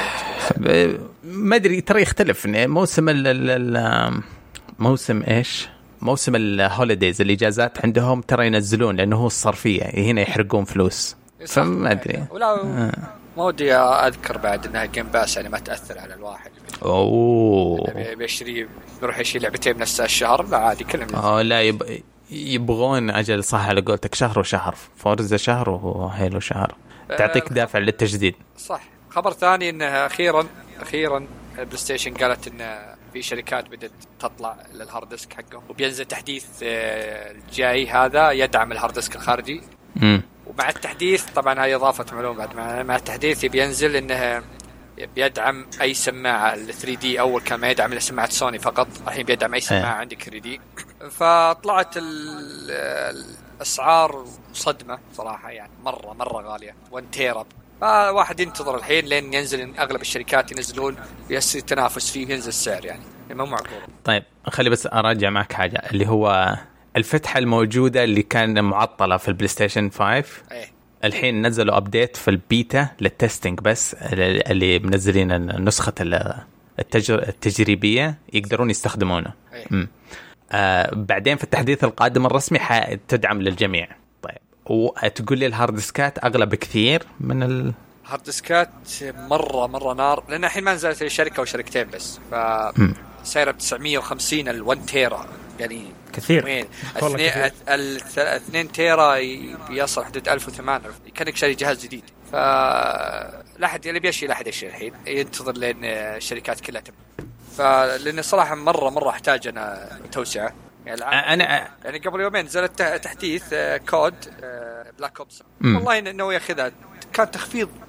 ما أدري ترى يختلف موسم ال موسم إيش موسم الهوليديز الإجازات عندهم ترى ينزلون لأنه هو الصرفية هنا يحرقون فلوس فما أدري. ولا آه. ما ودي أذكر بعد أنها جيم باس يعني ما تأثر على الواحد. أوه. بيشتري بيروح يشيل لعبتين بنفس الشهر لا عادي كلهم. آه لا يب يبغون أجل صح على قولتك شهر وشهر فورزا شهر وهيلو شهر تعطيك دافع للتجديد صح. خبر ثاني إنها أخيرا أخيرا البلاي ستيشن قالت إن في شركات بدأت تطلع للهارد ديسك حقهم وبينزل تحديث الجاي هذا يدعم الهارد ديسك الخارجي م. ومع التحديث طبعا هاي إضافة معلومة بعد مع التحديث بينزل إنها بيدعم أي سماعة ال ثري دي أول كان ما يدعم سماعة سوني فقط الحين بيدعم أي سماعة أه. عندك ثري دي فطلعت الأسعار صدمة صراحة يعني مرة مرة غالية وان تيرا فواحد ينتظر الحين لين ينزل أغلب الشركات ينزلون بيصير تنافس فيه ينزل السعر يعني ما معقول. طيب خلي بس أراجع معك حاجة اللي هو الفتحة الموجودة اللي كان معطلة في البلاي ستيشن فايف ايه الحين نزلوا أبديت في البيتا للتستينج بس اللي منزلين النسخة التجر... التجريبية يقدرون يستخدمونه ايه. آه بعدين في التحديث القادم الرسمي حتدعم للجميع. طيب وتقول لي الهارد ديسكات أغلى بكثير من ال هارد ديسكات مرة مرة نار لأن الحين ما نزلت شركة وشركتين بس ف سعره تسعمية وخمسين الون تيرا يعني كثير اثنين الاثنين تيرا بيصل حدود ألف وثمانية كأنك شاري جهاز جديد فلا حد اللي بيشي لا حد يشتري الحين ينتظر لين الشركات كلها تبدأ فلأن صراحة مرة مرة أحتاج أنا توسعة يعني أنا يعني قبل يومين نزلت تحديث كود بلاك أوبس والله إنه ياخذها كان تخفيض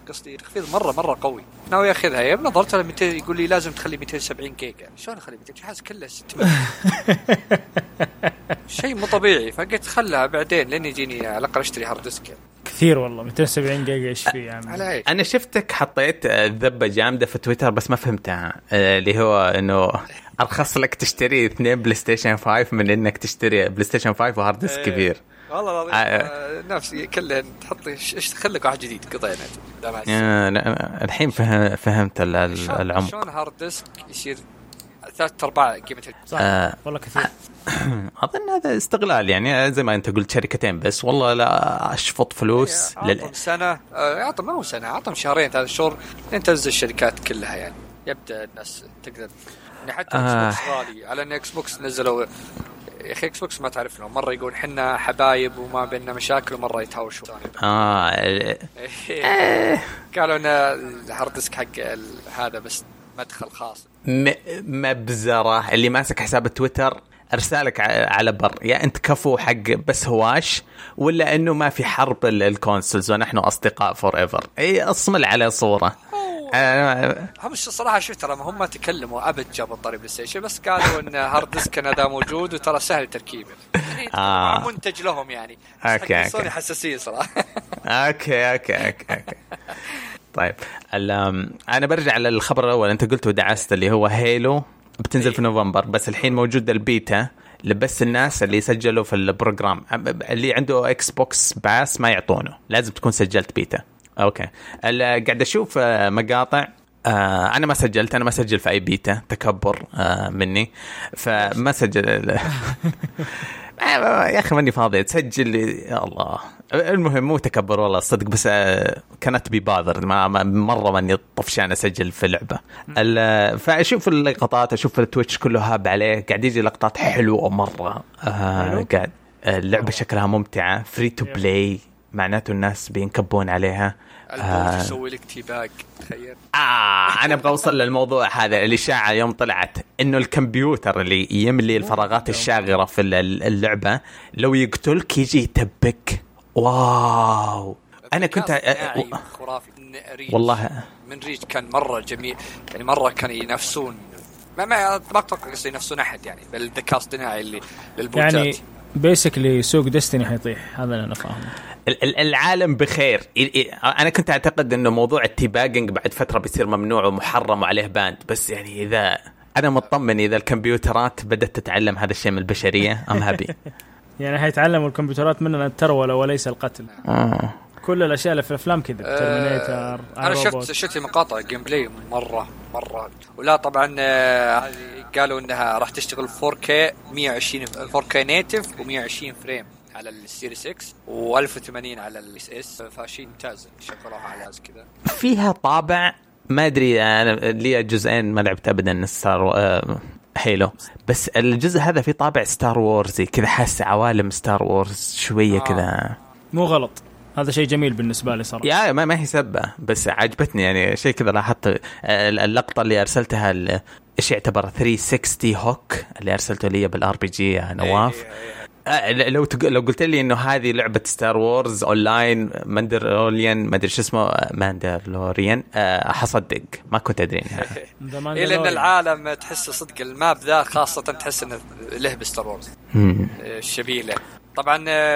قصدي تخفيض مره مره قوي. ناوي ياخذها يا نظرت له مئتين يقول لي لازم تخلي مئتين وسبعين جيجا. شلون اخلي مئتين حاس كله ستمية شيء مو طبيعي. فقلت خلها بعدين لين يجيني على الاقل اشتري هارد ديسك. كثير والله مئتين وسبعين جيجا ايش في يعني. انا شفتك حطيت ذبه جامده في تويتر بس ما فهمتها اللي هو انه ارخص لك تشتري اثنين بلاي ستيشن خمسة من انك تشتري بلاي ستيشن خمسة وهارد ديسك كبير. والله العظيم آه نفسي كله تحطي ايش خليك واحد جديد قضينا آه الحين فهم فهمت العمق. شلون هارد ديسك يصير ثلاث ارباع قيمته؟ آه والله كثير. اظن هذا استغلال يعني زي ما انت قلت شركتين بس والله لا اشفط فلوس لل... سنه اعطهم ما هو سنه اعطهم شهرين ثلاث شهور لين تنزل الشركات كلها يعني يبدا الناس تقدر يعني حتى آه. اكس بوكس غالي على ان اكس بوكس نزلوا يا اخي اكس بوكس ما تعرف له مره يقول حنا حبايب وما بيننا مشاكل ومره يتهاوشوا اه قالوا ان الهارد ديسك حق هذا بس مدخل خاص م... مبزره اللي ماسك حساب تويتر ارسالك على بر يا انت كفو حق بس هواش ولا انه ما في حرب الكونسولز ونحن اصدقاء فور ايفر. اي اصمل على صوره. آه هم الصراحه شفت ترى هم ما تكلموا ابد جابوا الطريق بالسيشن بس قالوا ان هارد ديسك هذا موجود وترى سهل تركيبه يعني آه. منتج لهم يعني اوكي سوني حساسيه صراحه. اوكي اوكي اوكي اوكي طيب انا برجع للخبر الاول انت قلته ودعست اللي هو هيلو بتنزل في نوفمبر بس الحين موجود البيتا لبس الناس اللي سجلوا في البروجرام اللي عنده اكس بوكس باس ما يعطونه لازم تكون سجلت بيتا. اوكي قاعد اشوف مقاطع آه انا ما سجلت انا ما سجل في اي بيتا تكبر آه مني فما سجل يا اخي ماني فاضي تسجل يا الله. المهم مو تكبر والله صدق بس كانت بيبادر ما مره ماني طفشان اسجل في لعبه. فاشوف اللقطات اشوف التويتش كله هاب عليه قاعد يجي لقطات حلوه مره آه قاعد اللعبه شكلها ممتعه فري تو بلاي معناته الناس بينكبون عليها. البوت يسوي لك تيباك تخيل. آه أنا أبغى أوصل للموضوع هذا الإشاعة يوم طلعت إنه الكمبيوتر اللي يملي الفراغات الشاغرة في اللعبة لو يقتلك يجي يتبك. واو أنا كنت خرافي والله من ريج كان مرة جميل يعني مرة كان ينافسون ما ما ما أتوقع قصدي ينافسون أحد يعني بالذكاء الاصطناعي اللي للبوتات يعني بيسكلي سوق ديستني حيطيح هذا اللي أنا فاهمه. العالم بخير. أنا كنت أعتقد إنه موضوع التيباجينج بعد فترة بيصير ممنوع ومحرم وعليه باند بس يعني إذا أنا مطمن إذا الكمبيوترات بدأت تتعلم هذا الشيء من البشرية أم هابي يعني هيتعلموا الكمبيوترات مننا التروله وليس القتل. آه. كل الأشياء اللي في الأفلام كذا ترمينيتر. أه أنا شفت شفت مقاطع جيم بلاي مرة مرة ولا طبعا آه قالوا إنها راح تشتغل فور كي مية وعشرين فور كي نيتف ومية وعشرين فريم على السيريس اكس وألف وثمانين على الاس اس فشيء ممتاز شغلوها على كذا. فيها طابع ما ادري انا لي جزئين ما لعبت ابدا ستار آه هيلو بس الجزء هذا فيه طابع ستار وورز كذا حاسه عوالم ستار وورز شويه آه. كذا مو غلط هذا شيء جميل بالنسبه لي صراحه. يا ما ما هي سبه بس عجبتني يعني شيء كذا لاحظت اللقطه اللي ارسلتها ايش يعتبر ثلاثمية وستين هوك اللي ارسلته لي بالار بي جي نواف. لو تقول لو قلت لي انه هذه لعبه ستار وورز اونلاين ماندلوريان ما ادري شو اسمه ماندلوريان حصدق ما كنت ادري انها إيه لان العالم تحس صدق الماب ذا خاصه تحس انه له بستار وورز الشبيله. طبعا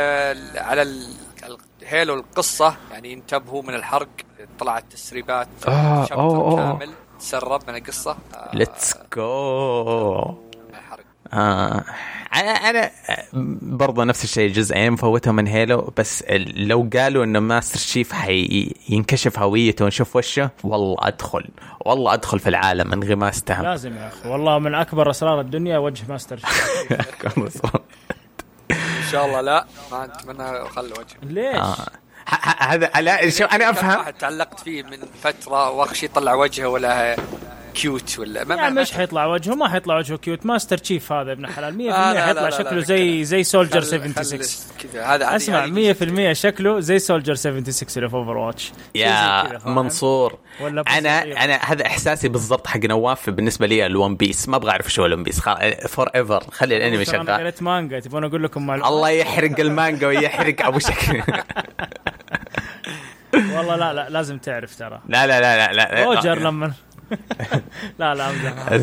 على هيلو القصه يعني انتبهوا من الحرق طلعت تسريبات آه شابتر كامل تسرب من القصه. ليتس جو. آه. أنا أنا برضه نفس الشيء جزئين فوتهم من هيلو بس لو قالوا إنه ماستر شيف حي ينكشف هويته ونشوف وشه والله أدخل والله أدخل في العالم من غير ما استهم. لازم يا أخي والله من أكبر أسرار الدنيا وجه ماستر شيف. إن شاء الله لا ما أتمنى خلوا وجه. ليش؟ آه. هذا لا شو أنا أفهم. تعلقت فيه من فترة وأخشي يطلع وجهه ولا كيوت ولا ما يعني مش حيطلع وجهه ما حيطلع وجهه كيوت. ماستر تشيف هذا ابن حلال مية بالمية آه حيطلع شكله زي زي سولجر سبعة وسبعين كذا. هذا اسمع مية بالمية شكله زي سولجر سبعة وسبعين اللي في اوفر واتش يا منصور. انا انا هذا احساسي بالضبط حق نواف بالنسبه لي الون بيس ما ابغى اعرف شو الون بيس فور ايفر خلي الانمي شغال. انا قريت مانجا تبون اقول لكم معلومه الله يحرق المانجا ويحرق ابو شكل. والله لا لا لازم تعرف ترى. لا لا لا لا روجر لما لا لا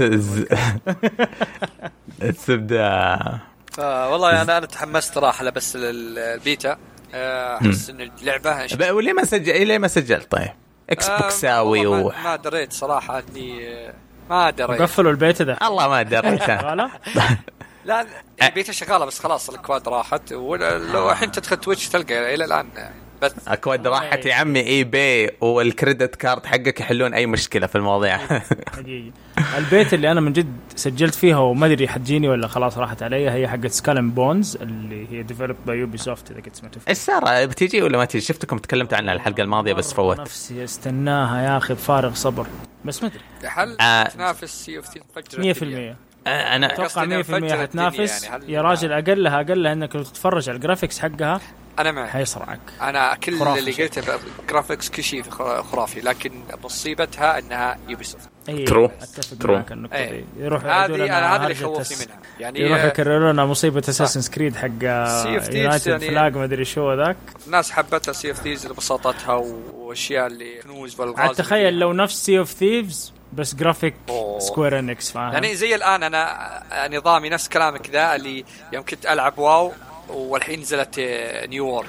تبدا. والله انا انا تحمست صراحه بس للبيتا. احس ان اللعبه وليه ما سجل ليه ما سجلت؟ طيب اكس بوكساوي و... ما دريت صراحه اني ما دريت. قفلوا البيت ده الله ما دريت. لا البيتا شغاله بس خلاص الكواد راحت. ولو الحين تدخل تويتش تلقى الى الان بس اكواد راحت يا عمي. اي باي والكريدت كارد حقك يحلون اي مشكله في المواضيع. حقيقي البيت اللي انا من جد سجلت فيها وما ادري حتجيني ولا خلاص راحت علي هي حقت سكالم بونز اللي هي ديفلوبد باي يوبي سوفت. اذا كنت سمعتوا ايش صار بتيجي ولا ما تيجي؟ شفتكم تكلمت عنها الحلقه الماضيه بس فوت نفسي استناها يا اخي بفارغ صبر بس ما ادري هل آه تنافس سي اوف ثي فجر مية بالمية. انا اتوقع مية بالمية حتنافس يعني. يا راجل اقلها اقلها انك لو تتفرج على الجرافيكس حقها انا معك حيصرعك. انا كل اللي قلته الجرافيكس كل شيء خرافي لكن مصيبتها انها يوبيسوفت. ترو اتفق معك النقطه دي. يروح هذه انا هذا اللي خوفني منها يعني. يروح يكرروا لنا مصيبه اساسن كريد حق يونايتد فلاج ما ادري شو ذاك. الناس حبتها سي اوف ثيفز لبساطتها واشياء اللي كنوز والغاز. تخيل لو نفس سي اوف ثيفز بس جرافيك سكوير انكس فاهم يعني زي الان انا نظامي نفس كلامك ذا اللي يوم كنت العب واو والحين نزلت نيو وورد.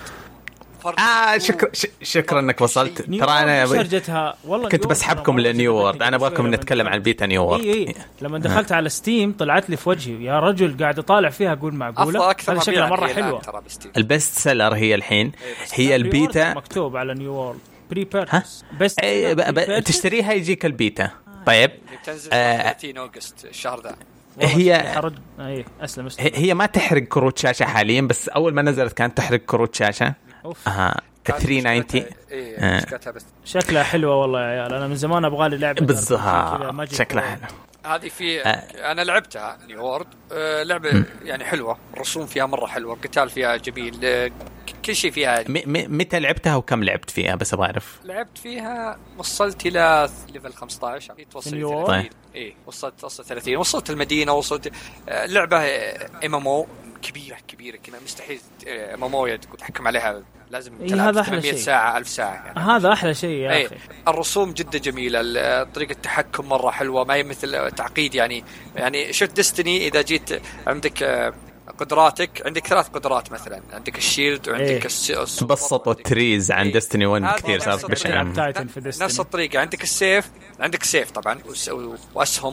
آه شكرا شكرا انك وصلت. ترى انا والله كنت بسحبكم لنيو وورد. انا ابغاكم نتكلم عن البيتا نيو وورد. إيه إيه. لما دخلت على ستيم طلعت لي في وجهي يا رجل قاعد اطالع فيها اقول معقوله هذا شكلها مره حلوه. البست سيلر هي الحين هي البيتا مكتوب على نيو وورد بري بيرتس بس تشتريها يجيك البيتا. طيب تنزل ثلاثين أغسطس الشهر ذا. هي ايه أسلم أسلم. هي ما تحرق كروت شاشه حاليا بس اول ما نزلت كانت تحرق كروت شاشه. اها ثلاثمية وتسعين. إيه شكلها حلوه والله يا عيال. انا من زمان ابغى لي لعبه بالضبط شكلها حلو. هذه في آه. انا لعبتها نيو وورد. آه لعبه م. يعني حلوه. الرسوم فيها مره حلوه. القتال فيها جميل. آه كل شيء فيها. م- م- متى لعبتها وكم لعبت فيها بس ابغى اعرف؟ لعبت فيها وصلت الى ليفل خمسة عشر. توصلت طيب. ايه وصلت وصلت ثلاثين. وصلت المدينه. وصلت آه لعبه ام ام او كبيره كبيره كذا مستحيل ام ام او تحكم عليها. لازم تلعب ثمانمية ساعه ألف ساعه يعني. هذا احلى شيء يا أي. اخي. الرسوم جدا جميله. طريقه التحكم مره حلوه ما هي مثل تعقيد يعني. يعني شفت ديستني اذا جيت عندك قدراتك عندك ثلاث قدرات مثلا. عندك الشيلد وعندك إيه. بسطوا التريز عن دستني وان كثير صار بشعه. نفس الطريقه. عندك السيف عندك سيف طبعا واسهم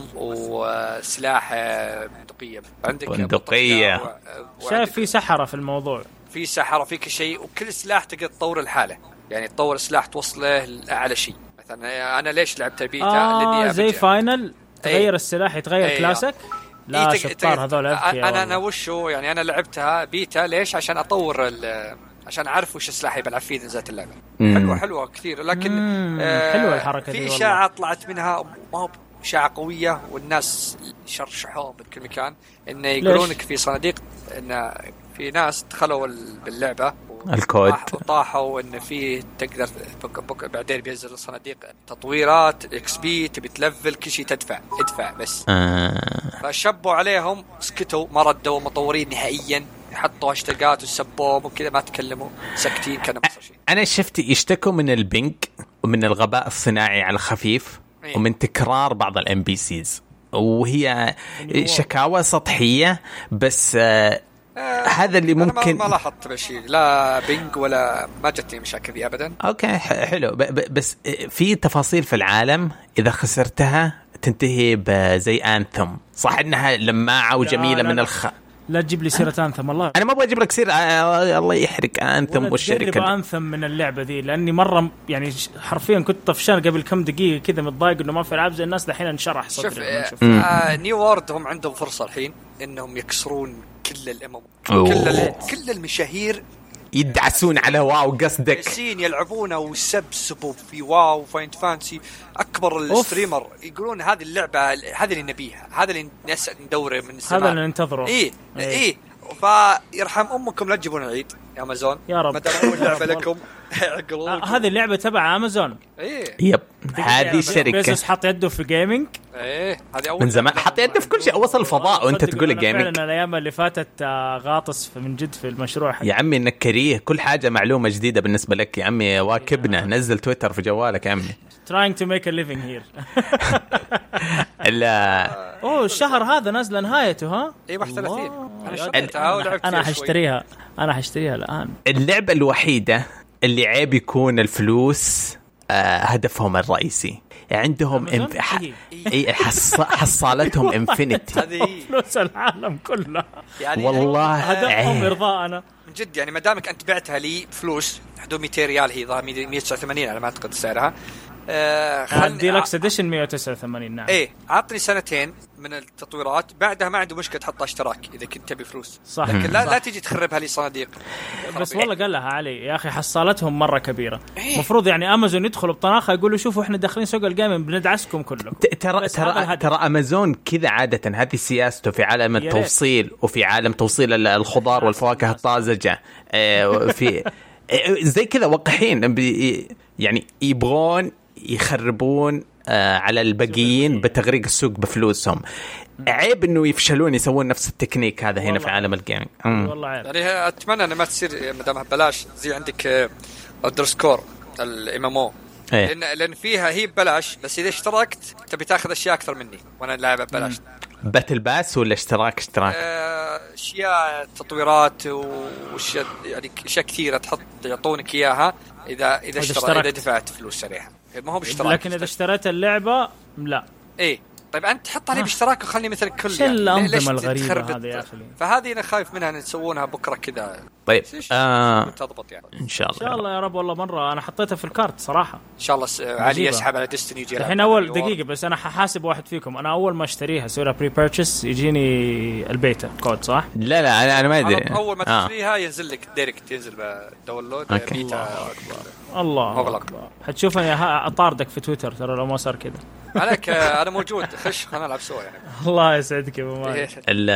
وسلاح بندقيه. عندك بندقيه. شايف في سحرة في الموضوع. في سحرة فيك شيء وكل سلاح تقدر تطور الحالة يعني تطور سلاح توصله لأعلى شيء. مثلا أنا ليش لعبت البيتا آه الذي زي فاينل تغير أي. السلاح يتغير أي. كلاسك لا إيه شطار هذول. أنا أنا وشو يعني أنا لعبتها بيتا ليش عشان أطور عشان أعرف وش السلاح يبلعب فيه نزلت اللعبة. حلوة حلوة كثير لكن آه حلوة الحركة في إشاعة طلعت منها ما هو إشاعة قوية والناس شرشحوها من كل مكان إنه يقولونك في صناديق إنه في ناس دخلوا باللعبة الكود وطاحوا إن فيه تقدر بك بك بعدين بينزل الصناديق تطويرات اكس بي تبي تلفل كل شيء تدفع ادفع بس. آه. فشبوا عليهم سكتوا ما ردوا مطورين نهائيا. حطوا هاشتاجات وسبوهم وكذا ما تكلموا ساكتين كانوا ما صار شيء. أنا شفت يشتكوا من البنك ومن الغباء الصناعي على الخفيف أيه. ومن تكرار بعض الام بي سيز وهي شكاوى سطحية بس آه آه هذا اللي ممكن ما لاحظت بشيء لا بينج ولا ما جتني مشاكل ذي أبدا. أوكي حلو بس في تفاصيل في العالم إذا خسرتها تنتهي بزي أنثم صح إنها لماعة وجميلة من الخ لا تجيب لي سيرة أنثم الله. أنا ما أبغى أجيب لك سيرة آه الله يحرق أنثم والشركة. ولا أنثم من اللعبة ذي لأني مرة يعني حرفيا كنت طفشان قبل كم دقيقة كذا متضايق إنه ما في ألعاب زي الناس دحين انشرح صدري. شوف آه نيو وورد هم عندهم فرصة الحين إنهم يكسرون كل الأمم كل كل المشاهير يدعسون على واو قصدك سين يلعبونه ويسبسبوا في واو فاينت فانسي أكبر الستريمر يقولون هذه اللعبة هذه اللي نبيها هذا اللي ندوره من زمان هذا اللي ننتظره. إيه إيه, إيه. فيرحم أمكم لا تجيبون العيد يا امازون يا رب. ما دام اول لعبه لكم آه هذه اللعبه تبع امازون. ايه يب هذه الشركه بيزوس حط يده في جيمنج. ايه هذه اول من زمان حط يده في كل شيء، وصل الفضاء وانت تقول جيمنج. فعلا الايام اللي فاتت غاطس من جد في المشروع حق. يا عمي انك كريه كل حاجه معلومه جديده بالنسبه لك يا عمي، واكبنا نزل تويتر في جوالك يا عمي. trying to make a living here. لا اوه الشهر هذا نازله نهايته ها. اي واحد وثلاثين انا شريتها ولعبت انا حاشتريها انا حاشتريها الان. اللعبه الوحيده اللي عيب يكون الفلوس آه هدفهم الرئيسي. عندهم انف... ح... اي حص... حصالتهم انفينيتي. هذه فلوس العالم كلها يعني والله هدفهم ارضاءنا من جد. يعني ما دامك انت بعتها لي بفلوس حدود مئتين ريال، هي ضا مئة وتسعة وثمانين على ما اعتقد سعرها. آه خل ديلكس اديشن مئة وتسعة وثمانين. نعم ايه عطني سنتين من التطويرات بعدها ما عنده مشكله تحطها اشتراك اذا كنت تبي فلوس. صح. لكن لا صح. لا تيجي تخربها لي صناديق. بس والله قال لها علي يا اخي حصالتهم مره كبيره. المفروض يعني امازون يدخلوا بطناخه يقولوا شوفوا احنا داخلين سوق الجيمنج بندعسكم كله. ترى ترى ترى امازون كذا عاده، هذه سياسته في عالم التوصيل وفي عالم توصيل الخضار والفواكه الطازجه. في زي كذا وقحين يعني يبغون يخربون على الباقيين بتغريق السوق بفلوسهم. عيب انه يفشلون يسوون نفس التكنيك هذا هنا في عالم الجيمنج. والله عيب. يعني اتمنى ان ما تصير مدامها ببلاش زي عندك اندرسكور الام ام او، لان لان فيها هي ببلاش بس اذا اشتركت تبي تاخذ اشياء اكثر مني وانا لاعب ببلاش. باتل باس ولا اشتراك اشتراك اشياء تطويرات واشياء يعني اشياء كثيره تحط يعطونك اياها اذا اذا اشتركت اذا دفعت فلوس سريعه. ما هو باشتراك، لكن اذا اشتريت اللعبه لا. ايه طيب انت تحط عليه باشتراك وخلني مثل كل يعني الانظمه الغريبه هذه يا اخي. فهذه انا خايف منها ان يسوونها بكره كذا. طيب آه تضبط يعني ان شاء الله ان شاء الله يا رب. والله مره انا حطيتها في الكارت صراحه. ان شاء الله س... علي يسحب على ديستني يجي الحين اول دقيقه بس انا ححاسب واحد فيكم. انا اول ما اشتريها اسوي لها بري بيرتشيس يجيني البيتا كود صح؟ لا لا انا انا ما ادري. اول ما تشتريها آه. ينزل لك دايركت ينزل بالداونلود بيتا. الله اكبر. حتشوفني اطاردك في تويتر ترى لو ما صار كذا. عليك انا موجود خش خلينا نلعب سوا يعني. الله يسعدك يا ابو مالك.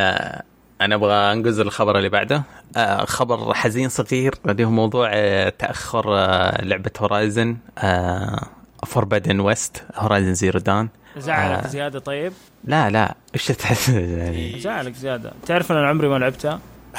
انا ابغى انقز الخبر اللي بعده. آه خبر حزين صغير اللي هو موضوع آه تاخر آه لعبه هورايزن فوربيدن ويست هورايزن زيرو دان. زعلك آه زياده؟ طيب لا لا ايش تحس يعني زعلك زياده؟ تعرف ان انا عمري ما لعبتها.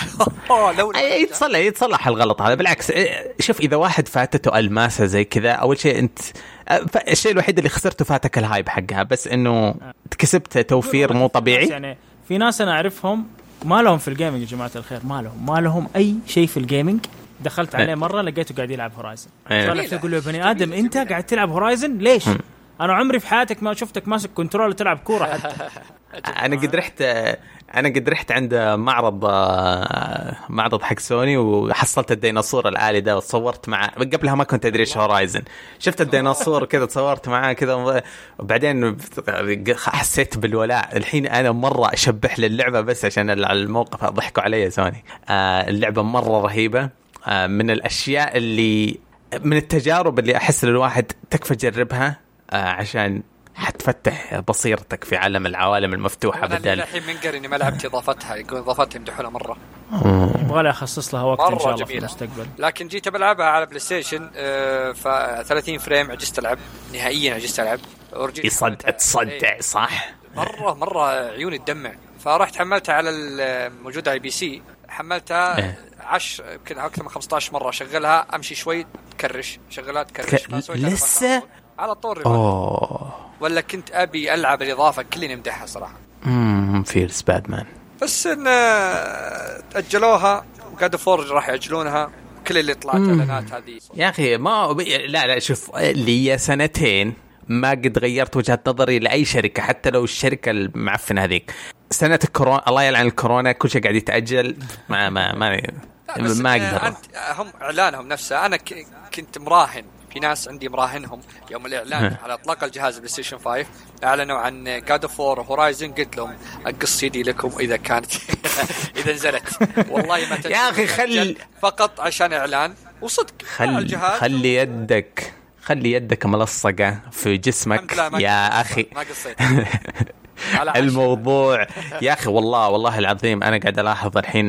لو يتصلح يتصلح الغلط هذا. بالعكس شوف اذا واحد فاتته الماسه زي كذا اول شيء انت الشيء الوحيد اللي خسرته فاتك الهايب حقها، بس انه كسبت توفير مو طبيعي. يعني في ناس انا اعرفهم ما لهم في الجيمنج يا جماعه الخير، ما لهم ما لهم اي شيء في الجيمنج. دخلت عليه مره لقيته قاعد يلعب هورايزن. طلعت اقول له يا بني ادم انت قاعد تلعب هورايزن ليش؟ انا عمري في حياتك ما شفتك ماسك كنترول تلعب كوره حتى. انا قد رحت انا قد رحت عند معرض معرض حق سوني وحصلت الديناصور الآلي ده وتصورت معه. قبلها ما كنت ادري ايش هورايزن، شفت الديناصور كذا تصورت معاه كذا وبعدين حسيت بالولاء. الحين انا مره اشبح للعبه بس عشان الموقف ضحكوا علي سوني. اللعبه مره رهيبه، من الاشياء اللي من التجارب اللي احس للواحد تكفى جربها عشان حتفتح بصيرتك في عالم العوالم المفتوحة. بدل الحين منقر اني ما لعبت اضافتها، يقول اضافتها يمدحونها مرة. يبغى لي اخصص لها وقت ان شاء الله في المستقبل. لكن جيت بلعبها على بلاي ستيشن ف ثلاثين فريم عجزت العب نهائيا، عجزت العب. يصدع تصدع صح مرة مرة عيوني تدمع. فرحت حملتها على الموجودة على بي سي، حملتها عشر يمكن اكثر من خمسة عشر مرة. شغلها امشي شوي تكرش، شغلها تكرش. ك... لسه على طول اوه ولا كنت ابي العب الاضافه كلنا نمدحها صراحه. امم فيلز بادمان بس ان تاجلوها وقاعد فور راح ياجلونها. كل اللي طلعت اعلانات هذه يا اخي ما لا لا شوف لي سنتين ما قد غيرت وجهة نظري لاي شركه، حتى لو الشركه المعفنه هذيك. سنه الكورونا الله يلعن الكورونا كل شيء قاعد يتاجل. ما ما ما ما اقدر. هم اعلانهم نفسه انا كنت مراهن في ناس عندي مراهنهم يوم الإعلان على إطلاق الجهاز بلاي ستيشن خمسة أعلنوا عن جاد اوف وور هورايزن. قلت لهم أقص سيدي لكم إذا كانت إذا نزلت والله ما تنزل. يا أخي خل فقط عشان إعلان وصدق. خل خلي يدك خلي يدك ملصقة في جسمك يا أخي. ما قصيت الموضوع يا أخي والله والله العظيم أنا قاعد ألاحظ الحين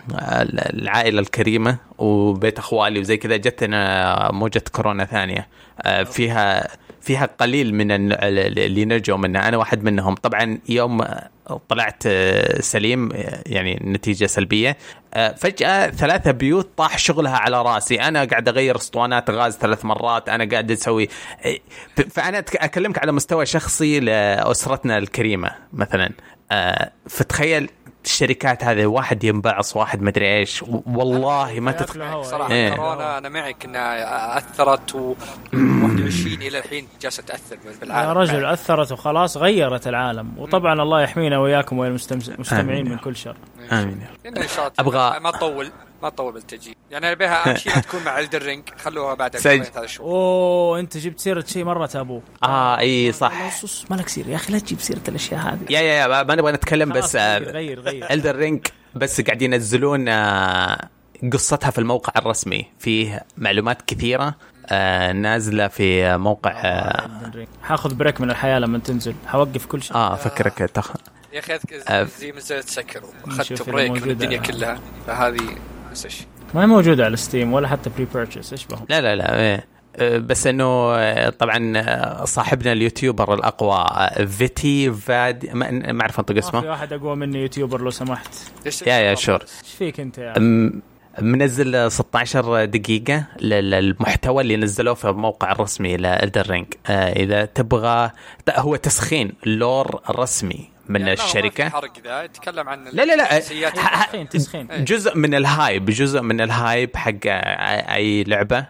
العائله الكريمه وبيت اخوالي وزي كذا، جتنا موجه كورونا ثانيه فيها فيها قليل من اللي نرجوا منها، انا واحد منهم. طبعا يوم طلعت سليم يعني نتيجه سلبيه، فجاه ثلاثه بيوت طاح شغلها على راسي، انا قاعد اغير اسطوانات غاز ثلاث مرات، انا قاعد اسوي. فانا اكلمك على مستوى شخصي لاسرتنا الكريمه مثلا. فتخيل الشركات هذه، واحد ينبعص واحد مدري ايش، والله ما تتخيل صراحه. إيه. كورونا انا معك انها اثرت وواحد وعشرين الى الحين جالسه تاثر بالعالم يا رجل، اثرت وخلاص غيرت العالم. وطبعا الله يحمينا وياكم والمستمعين من كل شر. امين. ان شاء الله ابغى ما تطول ما تطول بالتجي يعني بها اهم شيء تكون مع الدرينج، خلوها بعد هذا شو. اوه انت جبت سيره شيء مره ابوه. اه اي صح، مالك سير يا اخي، لا تجيب سيره الاشياء هذه. يا يا يا ما نبغى نتكلم بس غير غير الدرينج بس قاعد ينزلون قصتها في الموقع الرسمي، فيه معلومات كثيره نازله في موقع. حاخذ بريك من الحياه لما تنزل، حوقف كل شيء. اه فكرك تخ يا اخي زي ما زلت سكر واخذت بريك من الدنيا كلها، فهذه نفس الشيء. ما هي موجوده على ستيم ولا حتى بري بيرتشيز. ايش بهم؟ لا لا لا إيه. بس انه طبعا صاحبنا اليوتيوبر الاقوى فيتي فاد، ما اعرف انطق اسمه. في واحد اقوى مني يوتيوبر لو سمحت. يا يا شور ايش فيك انت يا منزل ستة عشر دقيقة للمحتوى اللي نزلوه في الموقع الرسمي لإلدرينج. إذا تبغى، هو تسخين اللور الرسمي من يعني الشركة. حرق ذا يتكلم عن لا لا لا تسخين تسخين جزء من الهايب، جزء من الهايب حق أي لعبة.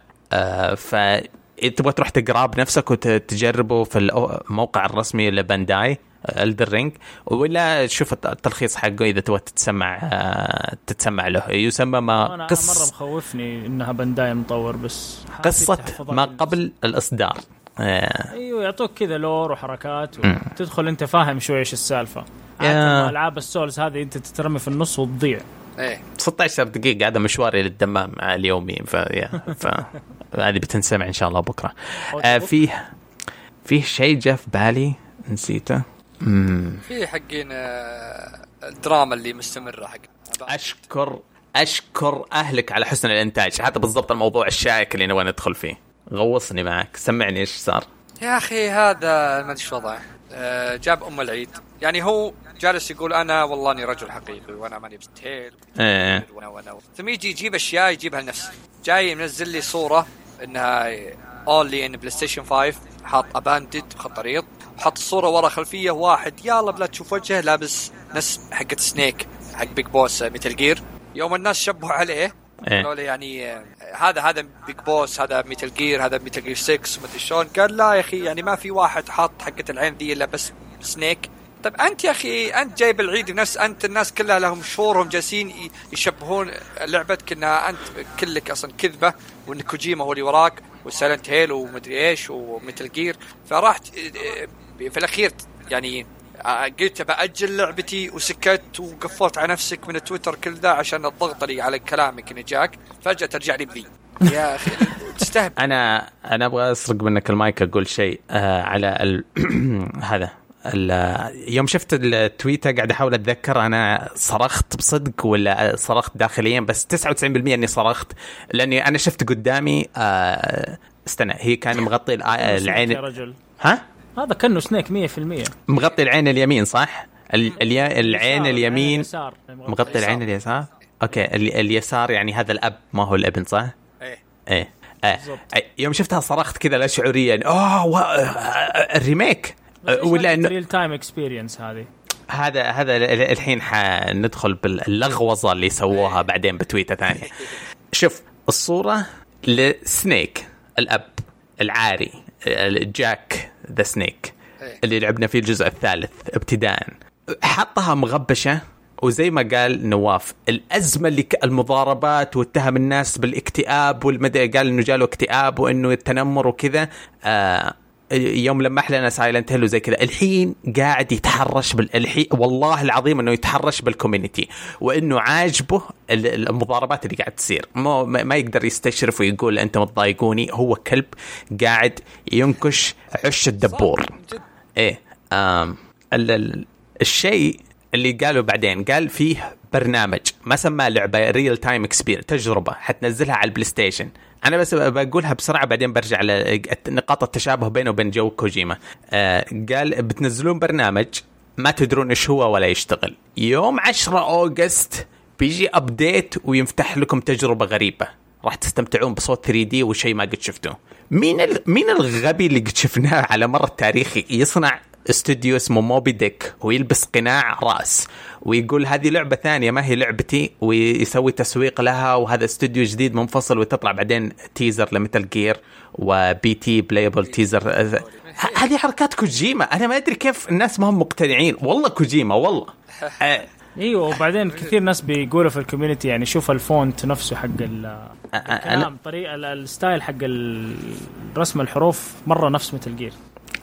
فتبغى تروح تقرأ بنفسك وتجربه في الموقع الرسمي لبانداي إلدرينج، ولا شوف التلخيص حقه إذا تبغى تتسمع تتسمع له. يسمى ما قص مرة مخوفني إنها بانداي مطور، بس قصة ما قبل الإصدار. ايوه يعطوك كذا لور وحركات وتدخل انت فاهم شوي ايش السالفه. العاب السولز هذه انت تترمي في النص وتضيع. ايه ستة عشر دقيقه هذا مشواري للدمام اليومي. ف ف هذه بتنسمع ان شاء الله بكره. آه فيه فيه شيء جاء في بالي نسيته. امم في حقين الدراما اللي مستمره حق. اشكر اشكر اهلك على حسن الانتاج. هذا بالضبط الموضوع الشائك اللي نبغى ندخل فيه. غوصني معك، سمعني ايش صار يا اخي. هذا ما ادري شو وضعه. أه جاب ام العيد، يعني هو جالس يقول انا والله اني رجل حقيقي وانا ماني بستهيل ايه وانا وانا ثم يجي يجيب اشياء يجيبها لنفسه. جاي منزل لي صوره انها اونلي ان بلاي ستيشن خمسة، حاط اباندد خط عريض، حط الصوره ورا خلفيه واحد يلا بلا تشوف وجهه لابس نفس حقه سنيك حق بيج بوس ميتال جير. يوم الناس شبهوا عليه قالوا له يعني هذا هذا بيج بوس، هذا ميتال جير، هذا ميتال جير ستة ومدري شلون. قال لا يا اخي يعني ما في واحد حاط حقه العين ذي الا بس سنيك. طب انت يا اخي انت جايب العيد نفس انت الناس كلها لهم شهورهم جالسين يشبهون لعبتك انها انت كلك اصلا كذبه وان كوجيما هو اللي وراك وسايلنت هيل ومدري ايش وميتال جير. فراح في الاخير يعني قلت بأجل لعبتي وسكت وقفلت على نفسك من تويتر كل ذا عشان الضغط اللي على كلامك اللي جاك. فجأة ترجع لي بذي يا أخي تستهبل. أنا أنا أبغى أسرق منك المايك أقول شيء آه على ال... هذا يوم شفت التويتر قاعد أحاول أتذكر أنا صرخت بصدق ولا صرخت داخليا، بس تسعة وتسعين بالمئة أني صرخت لأني أنا شفت قدامي آه استنى هي كان مغطي العين. ها هذا كأنه سنيك مية في المية مغطي العين اليمين صح؟ الي... العين اليمين مغطي العين اليسار. اوكي ال... اليسار يعني هذا الاب ما هو الابن صح؟ ايه ايه آه. يوم شفتها صرخت كذا لا شعوريا اوه و... الريميك ولا انه ريل تايم اكسبيرينس. هذه هذا هذا الحين حندخل باللغوظه اللي سووها بعدين بتويته ثانيه. شوف الصوره لسنيك الاب العاري جاك ذا سنيك اللي لعبنا فيه الجزء الثالث ابتداء، حطها مغبشة. وزي ما قال نواف الأزمة اللي المضاربات واتهم الناس بالاكتئاب والمدى، قال إنه جاله اكتئاب وإنه التنمر وكذا. آه يوم لما أحلنا سايلنت هيل وزي كذا، الحين قاعد يتحرش بالحين والله العظيم إنه يتحرش بالكوميونيتي وإنه عاجبه المضاربات اللي قاعد تصير. ما ما يقدر يستشرف ويقول أنت متضايقوني. هو كلب قاعد ينكش عش الدبور. إيه آم الشيء اللي قالوا بعدين قال فيه برنامج ما سماه لعبه، ريل تايم اكسبير، تجربه حتنزلها على البلاي ستيشن. انا بس بقولها بسرعه بعدين برجع لنقاط التشابه بينه وبين جو كوجيما. آه قال بتنزلون برنامج ما تدرون ايش هو ولا يشتغل، يوم عشرة أغسطس بيجي ابديت ويفتح لكم تجربه غريبه راح تستمتعون بصوت ثري دي وشيء ما قد شفتوه. مين ال... مين الغبي اللي قد شفناه على مر التاريخ يصنع استوديو اسمه موبي ديك ويلبس قناع راس ويقول هذه لعبة ثانية ما هي لعبتي ويسوي تسويق لها وهذا استوديو جديد منفصل وتطلع بعدين تيزر لمثل جير وبي تي بلايبل تيزر؟ هذه حركات كوجيما. أنا ما أدري كيف الناس ما هم مقتنعين. والله كوجيما والله. ايوه. وبعدين كثير ناس بيقولوا في الكوميونتي يعني شوف الفونت نفسه حق الكلام، طريقة الستايل حق الرسم الحروف مرة نفس مثل جير.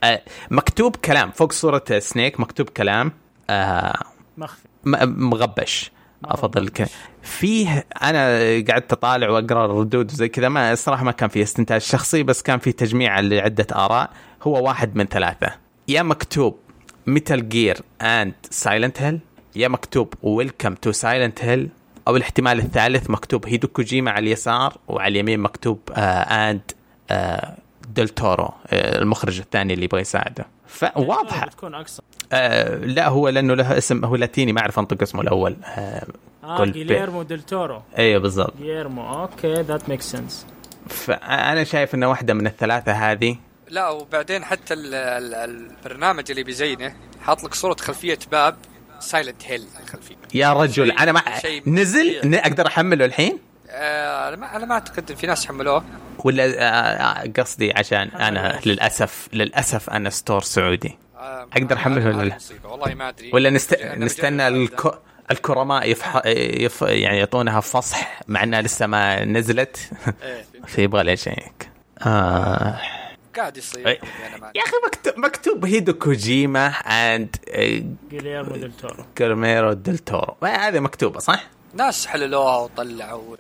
مكتوب كلام فوق صورة سنيك، مكتوب كلام آه مخفي مغبش. افضل ك... فيه انا قعدت اطالع واقرا الردود وزي كذا، ما الصراحه ما كان فيه استنتاج شخصي بس كان فيه تجميع لعده اراء. هو واحد من ثلاثه، يا مكتوب ميتال جير اند سايلنت هيل، يا مكتوب ويلكم تو سايلنت هيل، او الاحتمال الثالث مكتوب هيدو كوجيما على اليسار وعلى اليمين مكتوب اند آه آه ديل تورو آه المخرج الثاني اللي يبغى يساعده. فواضحه بتكون اكثر. آه لا هو لانه له اسم هو لاتيني ما اعرف انطق اسمه الاول. آه اه جيليرمو ديل تورو. ايوه بالضبط جيليرمو. اوكي ذات ميك سنس. فانا شايف انه واحده من الثلاثه هذه. لا وبعدين حتى ال ال البرنامج اللي بيزينه حاط لك صوره خلفيه باب سايلنت هيل الخلفيه. يا رجل انا ما نزل ن... اقدر احمله الحين. آه انا ما انا ما اعتقد ان في ناس حملوه ولا آه قصدي عشان انا للاسف للاسف انا ستور سعودي آه اقدر احمله ولا لا والله ما ادري. ولا نست... نستنى الك... الكرماء يفح... يف... يعني يعطونها فصح مع انها لسه ما نزلت. فيبغى ليش هيك آه... قاعد يصير يا اخي مكتوب مكتوب هيدو كوجيما اند جيليرمو ديل تورو كارميرو ديل تورو، هذه مكتوبه صح؟ ناس حللوها وطلعوا.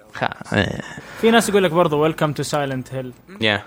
في ناس يقول لك برضه ويلكم تو سايلنت هيل. يا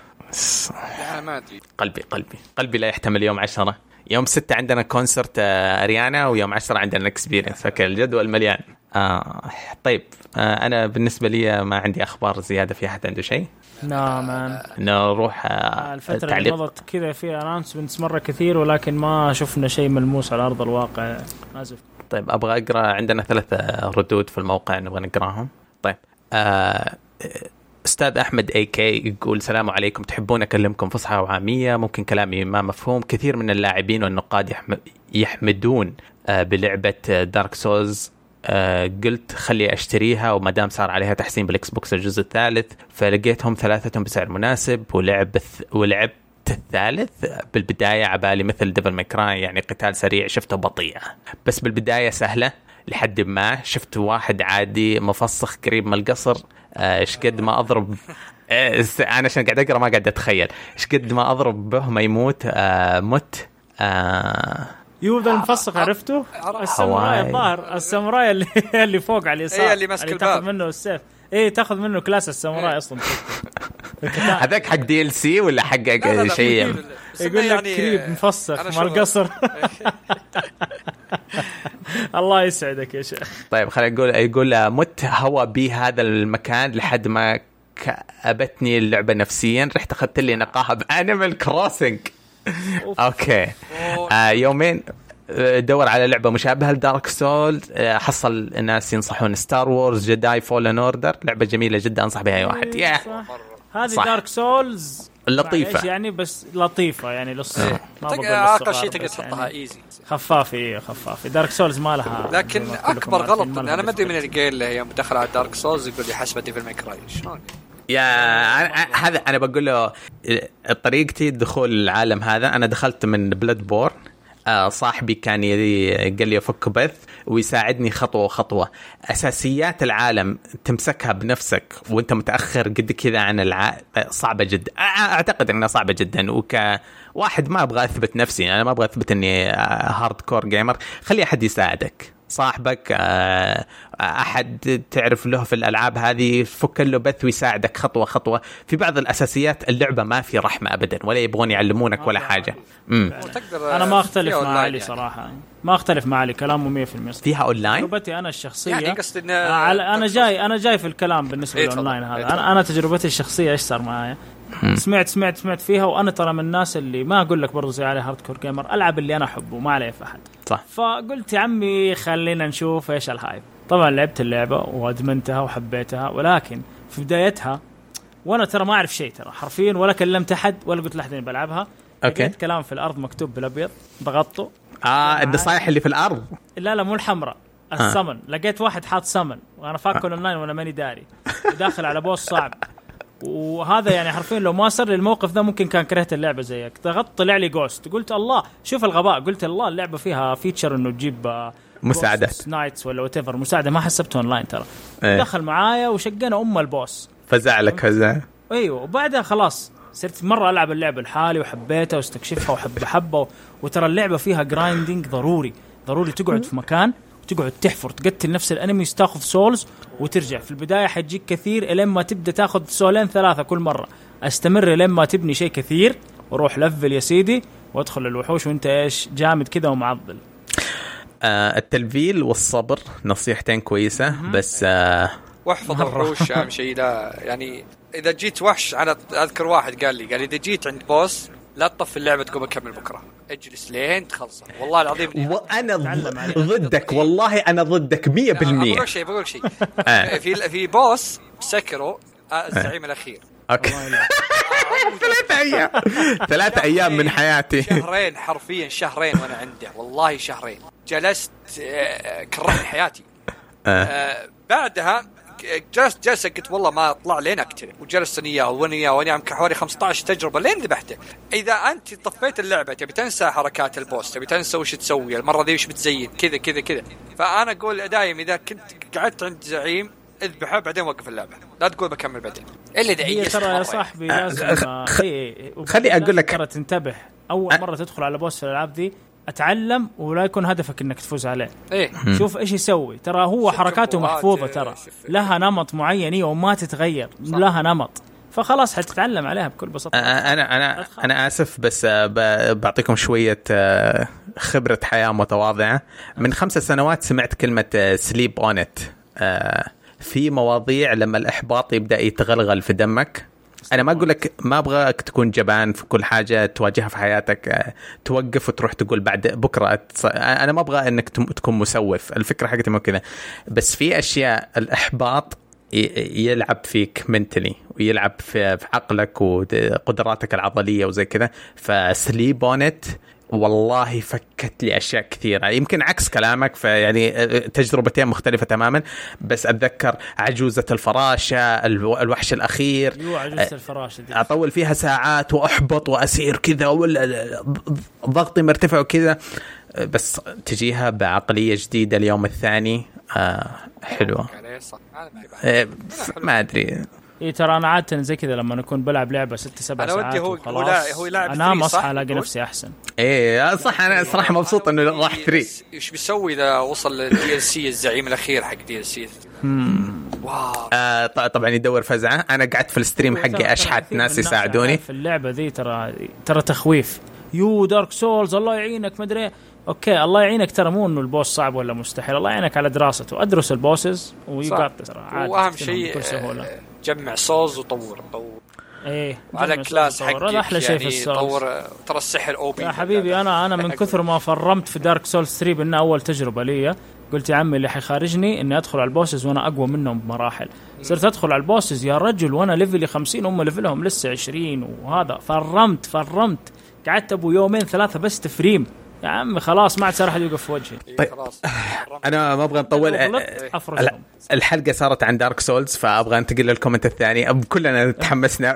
ما ادري قلبي قلبي قلبي لا يحتمل. يوم عشرة يوم ستة عندنا كونسرت اريانا ويوم عشرة عندنا اكسبيرينس، فالجدول مليان. آه طيب آه انا بالنسبه لي ما عندي اخبار زياده. في احد عنده شيء؟ لا مان نروح آه الفتره اللي مضت كذا في اناونسمنتس مره كثير ولكن ما شفنا شيء ملموس على ارض الواقع. اسف. طيب ابغى اقرا، عندنا ثلاثه ردود في الموقع نبغى نقراهم. طيب آه استاذ احمد اي كي يقول السلام عليكم، تحبون اكلمكم فصحى وعاميه؟ ممكن كلامي ما مفهوم. كثير من اللاعبين والنقاد يحمدون آه بلعبه دارك سولز. آه قلت خلي اشتريها وما دام صار عليها تحسين بالاكس بوكس الجزء الثالث، فلقيتهم ثلاثتهم بسعر مناسب ولعب ولعبت الثالث بالبدايه عبالي مثل ديفل ماكراي يعني قتال سريع شفته بطيئه بس بالبدايه سهله لحد ما شفت واحد عادي مفسخ قريب من القصر. ايش قد ما اضرب انا عشان قاعد اقرا ما قاعد اتخيل ايش قد ما اضرب به ما يموت. آه مت آه يوذا المفسخ عرفته؟ الساموراي الظاهر الساموراي اللي اللي فوق على اليسار هي اللي ماسك الباب تاخذ منه السيف. ايه تاخذ منه كلاس الساموراي اصلا. هذاك حق دي ال سي ولا حق شيء؟ يقول لك كريب مفسخ مع القصر. الله يسعدك يا شيخ. طيب خلينا نقول يقول مت هوا بي هذا المكان لحد ما كأبتني اللعبة نفسيا. رحت أخذت لي نقاهة بأنيمال كروسنج. أوكي آه يومين دور على لعبة مشابهة لدارك سول. حصل الناس ينصحون ستار وورز جداي فولن اوردر، لعبة جميلة جدا أنصح بها أي واحد. يا هذه دارك سولز لطيفة يعني بس لطيفة يعني للصغار. ما بقول أقل شيء تقدر تحطها إيزي خفافي خفافي. دارك سولز ما لها. لكن أكبر غلط أنا ما أدري من اللي قال لي يوم دخل على دارك سولز يقول لي حسب ديفل ماي كراي شلون يا هذا أنا بقول له طريقتي دخول العالم هذا. أنا دخلت من بلاد بورن، صاحبي كان قال لي أفك بث ويساعدني خطوة خطوة. أساسيات العالم تمسكها بنفسك وأنت متأخر قد كذا عن الع... صعبة جدا. أعتقد أنها صعبة جدا. وكواحد ما أبغى أثبت نفسي، أنا ما أبغى أثبت أني هارد كور جيمر. خلي أحد يساعدك صاحبك أحد تعرف له في الألعاب هذه، فك له بث ويساعدك خطوة خطوة. في بعض الأساسيات اللعبة ما في رحمة أبدا، ولا يبغون يعلمونك ولا حاجة. أنا ما أختلف مع علي صراحة، ما أختلف مع علي كلامه مية في المية. فيها أونلاين. تجربتي أنا الشخصية يعني قصدي أنا جاي أنا جاي في الكلام بالنسبة للأونلاين هذا. أنا أنا تجربتي الشخصية إيش صار معايا؟ سمعت سمعت سمعت فيها، وأنا ترى من الناس اللي ما أقول لك برضو زي علي هارد كور جيمر، ألعب اللي أنا أحبه ما عليه في أحد. صح. فقلت يا عمي خلينا نشوف إيش الهايب. طبعا لعبت اللعبة وأدمنتها وحبيتها، ولكن في بدايتها وأنا ترى ما أعرف شيء ترى حرفيا، ولا كلمت أحد ولا قلت لأحد إني بلعبها. لقيت كلام في الأرض مكتوب بالأبيض، ضغطته. آه النصايح اللي في الأرض. لا لا مو الحمراء، السمن. آه. لقيت واحد حاط سمن وأنا فاكر أونلاين وأنا ماني داري، وداخل على بوس صعب. وهذا يعني حرفيا لو ما صار الموقف ذا ممكن كان كرهت اللعبة زيك. ضغطت طلع لي جوست، قلت الله شوف الغباء، قلت الله اللعبة فيها فيتشر إنه تجيب مساعدات نايتس ولا واتيفر مساعدة، ما حسبته أونلاين ترى. ايه. دخل معايا وشقنا أم البوس، فزعلك فزع. أيوه. وبعدها خلاص صرت مرة ألعب اللعبة لحالي وحبيتها واستكشفها وحب حبة. وترى اللعبة فيها جرايندينج ضروري ضروري، تقعد في مكان وتقعد تحفر تقتل نفس الانميز، تاخذ سولز وترجع. في البداية حتجيك كثير لما تبدأ تاخذ سولين ثلاثة كل مرة. استمر لما تبني شيء كثير وروح لفل يا سيدي وادخل الوحوش وانت ايش جامد كذا ومعضل. آه التلفيل والصبر نصيحتين كويسة. بس آه واحفظ الوحوش اهم شيء. لا يعني اذا جيت وحش، انا اذكر واحد قال لي قال اذا جيت عند بوس لا تطفي اللعبة تقوم أكمل بكرة، اجلس لين تخلص. والله العظيم وأنا ضدك، والله أنا ضدك مية بالمية. بقول شيء بقول شيء في في بوس سكروا الزعيم الأخير. أوكي. ثلاثة أيام ثلاثة أيام من حياتي، شهرين حرفيا، شهرين وأنا عنده، والله شهرين جلست كرهت حياتي. بعدها جلست جلسة قلت والله ما أطلع لين أقتله، وجلست نياه ونياه ونياه حوالي خمسة عشر تجربة لين ذبحته. إذا أنت طفيت اللعبة تبي تنسى حركات البوس، تبي تنسى وش تسوي المرة ذي، وش بتزين كذا كذا كذا. فأنا أقول دايم إذا كنت قعدت عند زعيم اذبحه بعدين وقف اللعبة، لا تقول بكمل بعدين. اللي دعيه ترى يا صاحبي لازم خلي أقول لك ترى تنتبه أول مرة تدخل على بوس في الألعاب ذي، اتعلم ولا يكون هدفك انك تفوز عليه. إيه؟ شوف ايش يسوي، ترى هو حركاته محفوظه، ترى لها نمط معين وما تتغير. صح. لها نمط، فخلاص حتتعلم عليها بكل بساطه. انا انا أدخل. انا اسف بس بعطيكم شويه خبره حياه متواضعه. من خمس سنوات سمعت كلمه سليب اونت. في مواضيع لما الاحباط يبدا يتغلغل في دمك، أنا ما أقول لك ما أبغاك تكون جبان في كل حاجة تواجهها في حياتك، توقف وتروح تقول بعد بكرة. أنا ما أبغى إنك تكون مسوف، الفكرة حقتي مو كذا. بس في أشياء الإحباط يلعب فيك منتلي ويلعب في عقلك وقدراتك العضلية وزي كذا. فسليب اونت والله فكت لي أشياء كثيرة، يمكن عكس كلامك، فيعني تجربتين مختلفة تماما. بس أتذكر عجوزة الفراشة، الوحش الأخير، أيوة عجوزة الفراشة دي أطول فيها ساعات وأحبط وأسير كذا ولا ضغطي مرتفع وكذا. بس تجيها بعقلية جديدة اليوم الثاني آه حلوة. ما أدري إيه ترى أنا عادة زي كذا لما نكون بلعب لعبة ست سبع ساعات وخلاص هو أنا أصحى ألاقي نفسي أحسن. إيه صح. أنا صراحة مبسوط إنه راح ثري. إيش بيسوي إذا وصل للدي إل سي الزعيم الأخير حق دي إل سي؟ واو. آه طبعا يدور فزعة. أنا قعدت في الستريم حقي أشحت ناس يساعدوني في اللعبة ذي. ترى ترى تخويف. يو دارك سولز الله يعينك مدري. أوكي الله يعينك، ترى مو إنه البوس صعب ولا مستحيل، الله يعينك على دراسته. أدرس البوسز ويقاطع ترى عادي. وأهم شيء جمع سولز وطور طور ايه على كلاس حقك. هذا احلى شيء في السولز. طور ترى السحر او بي يا حبيبي. انا انا من كثر ما فرمت في دارك سولز ثري بانها اول تجربه لي، قلت يا عمي اللي حيخارجني اني ادخل على البوسز وانا اقوى منهم بمراحل. صرت ادخل على البوسز يا رجل وانا ليفلي خمسين هم ليفلهم لسه عشرين، وهذا فرمت فرمت قعدت ابو يومين ثلاثه بس تفريم. يا عمي خلاص ما عاد صار احد يوقف في وجهي. طيب انا ما ابغى نطول. الحلقه صارت عن دارك سولز، فابغى انتقل للكومنت الثاني. كلنا تحمسنا.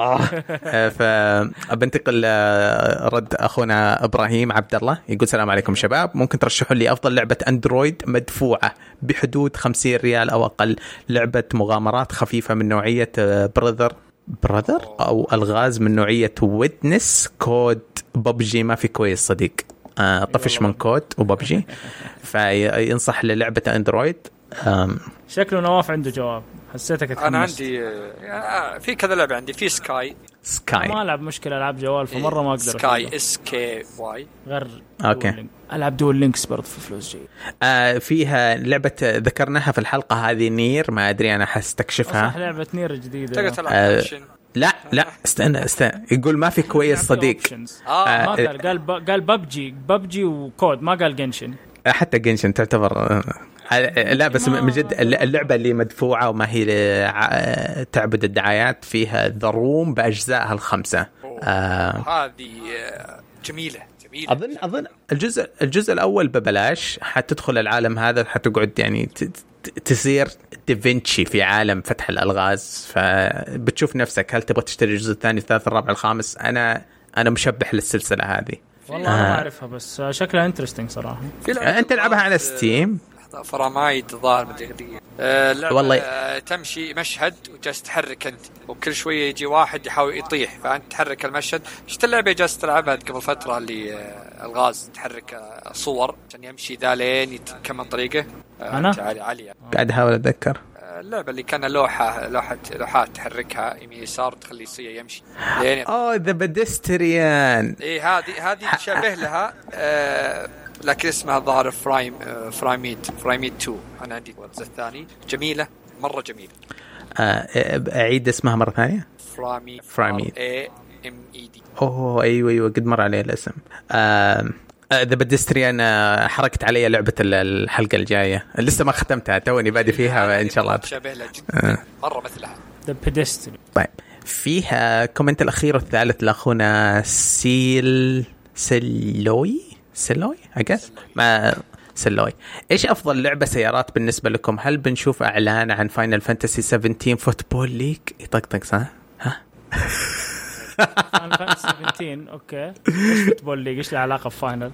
فبنتقل رد اخونا ابراهيم عبد الله، يقول السلام عليكم شباب، ممكن ترشحوا لي افضل لعبه اندرويد مدفوعه بحدود خمسين ريال او اقل، لعبه مغامرات خفيفه من نوعيه براذر براذر او الغاز من نوعيه ويتنس كود ببجي ما في كويس صديق. طفش من كود وببجي، فينصح للعبة اندرويد. شكله نواف عنده جواب، حسيتك اتحمست. انا عندي في كذا لعبه، عندي في سكاي سكاي ما العب مشكله العاب جوال فمره ما اقدر. سكاي اس كي واي غير اوكي. العب دول لينكس برضه في فلوس جيد. آه فيها لعبه ذكرناها في الحلقه هذه نير، ما ادري انا حستكشفها. صح لعبه نير جديده. تقدر تلعب لا لا استنى استنى يقول ما في كويس صديق. آه آه ما قال قال ب... قال ببجي ببجي وكود، ما قال جنشن. حتى جنشن تعتبر لا بس من جد اللعبة اللي مدفوعة وما هي تعبد الدعايات، فيها ذروم بأجزائها الخمسة. آه هذه جميلة جميلة. أظن أظن الجزء الجزء الأول ببلاش، حتدخل العالم هذا حتقعد يعني تصير دافنشي في عالم فتح الألغاز، فبتشوف نفسك هل تبغى تشتري الجزء الثاني الثالث الرابع الخامس. أنا أنا مشبح للسلسلة هذه والله. آه. أنا ما أعرفها بس شكلها انترستينج صراحة. أنت لعبها على ستيم فرامايد ظاهر مدري آه والله آه تمشي مشهد وجالس تحرك انت، وكل شويه يجي واحد يحاول يطيح فانت تحرك المشهد. شفت اللعبه جالس تلعبها قبل فتره اللي آه الغاز تحرك آه صور عشان يمشي ذا لين يتكمل طريقه. آه انا عاليه قاعد احاول اتذكر آه اللعبه اللي كان لوحه لوحه لوحات تحركها يمين يسار تخليه يصير يمشي لين اوه ذا بيدستريان. ايه هذه هذه تشابه لها آه لكن اسمها ظاهر فرايم فرايميد فرايميد تو. أنا عندي الجزء الثاني جميلة مرة جميلة. أعيد اسمها مرة ثانية. فرايميد فرايميد A M E D. أوه أيوة أيوة قد مر عليه الاسم. ذا بدستريان حركت علي لعبة الحلقة الجاية، لسه ما ختمتها توني بادي فيها إن شاء الله. تشابه لها جدا مرة مثلها. ذا بدستريان. طيب فيها كومنت الأخير والثالث لأخونا سيل سلوي سلوي أجاز ما سلوي. إيش أفضل لعبة سيارات بالنسبة لكم؟ هل بنشوف إعلان عن فاينل فانتسي سبعتاشر فوتبول ليج؟ يطقطق صح؟ ها؟ فاينل فانتسي سبعتاشر أوكي. إيش فوتبول ليج؟ إيش العلاقة بفاينل؟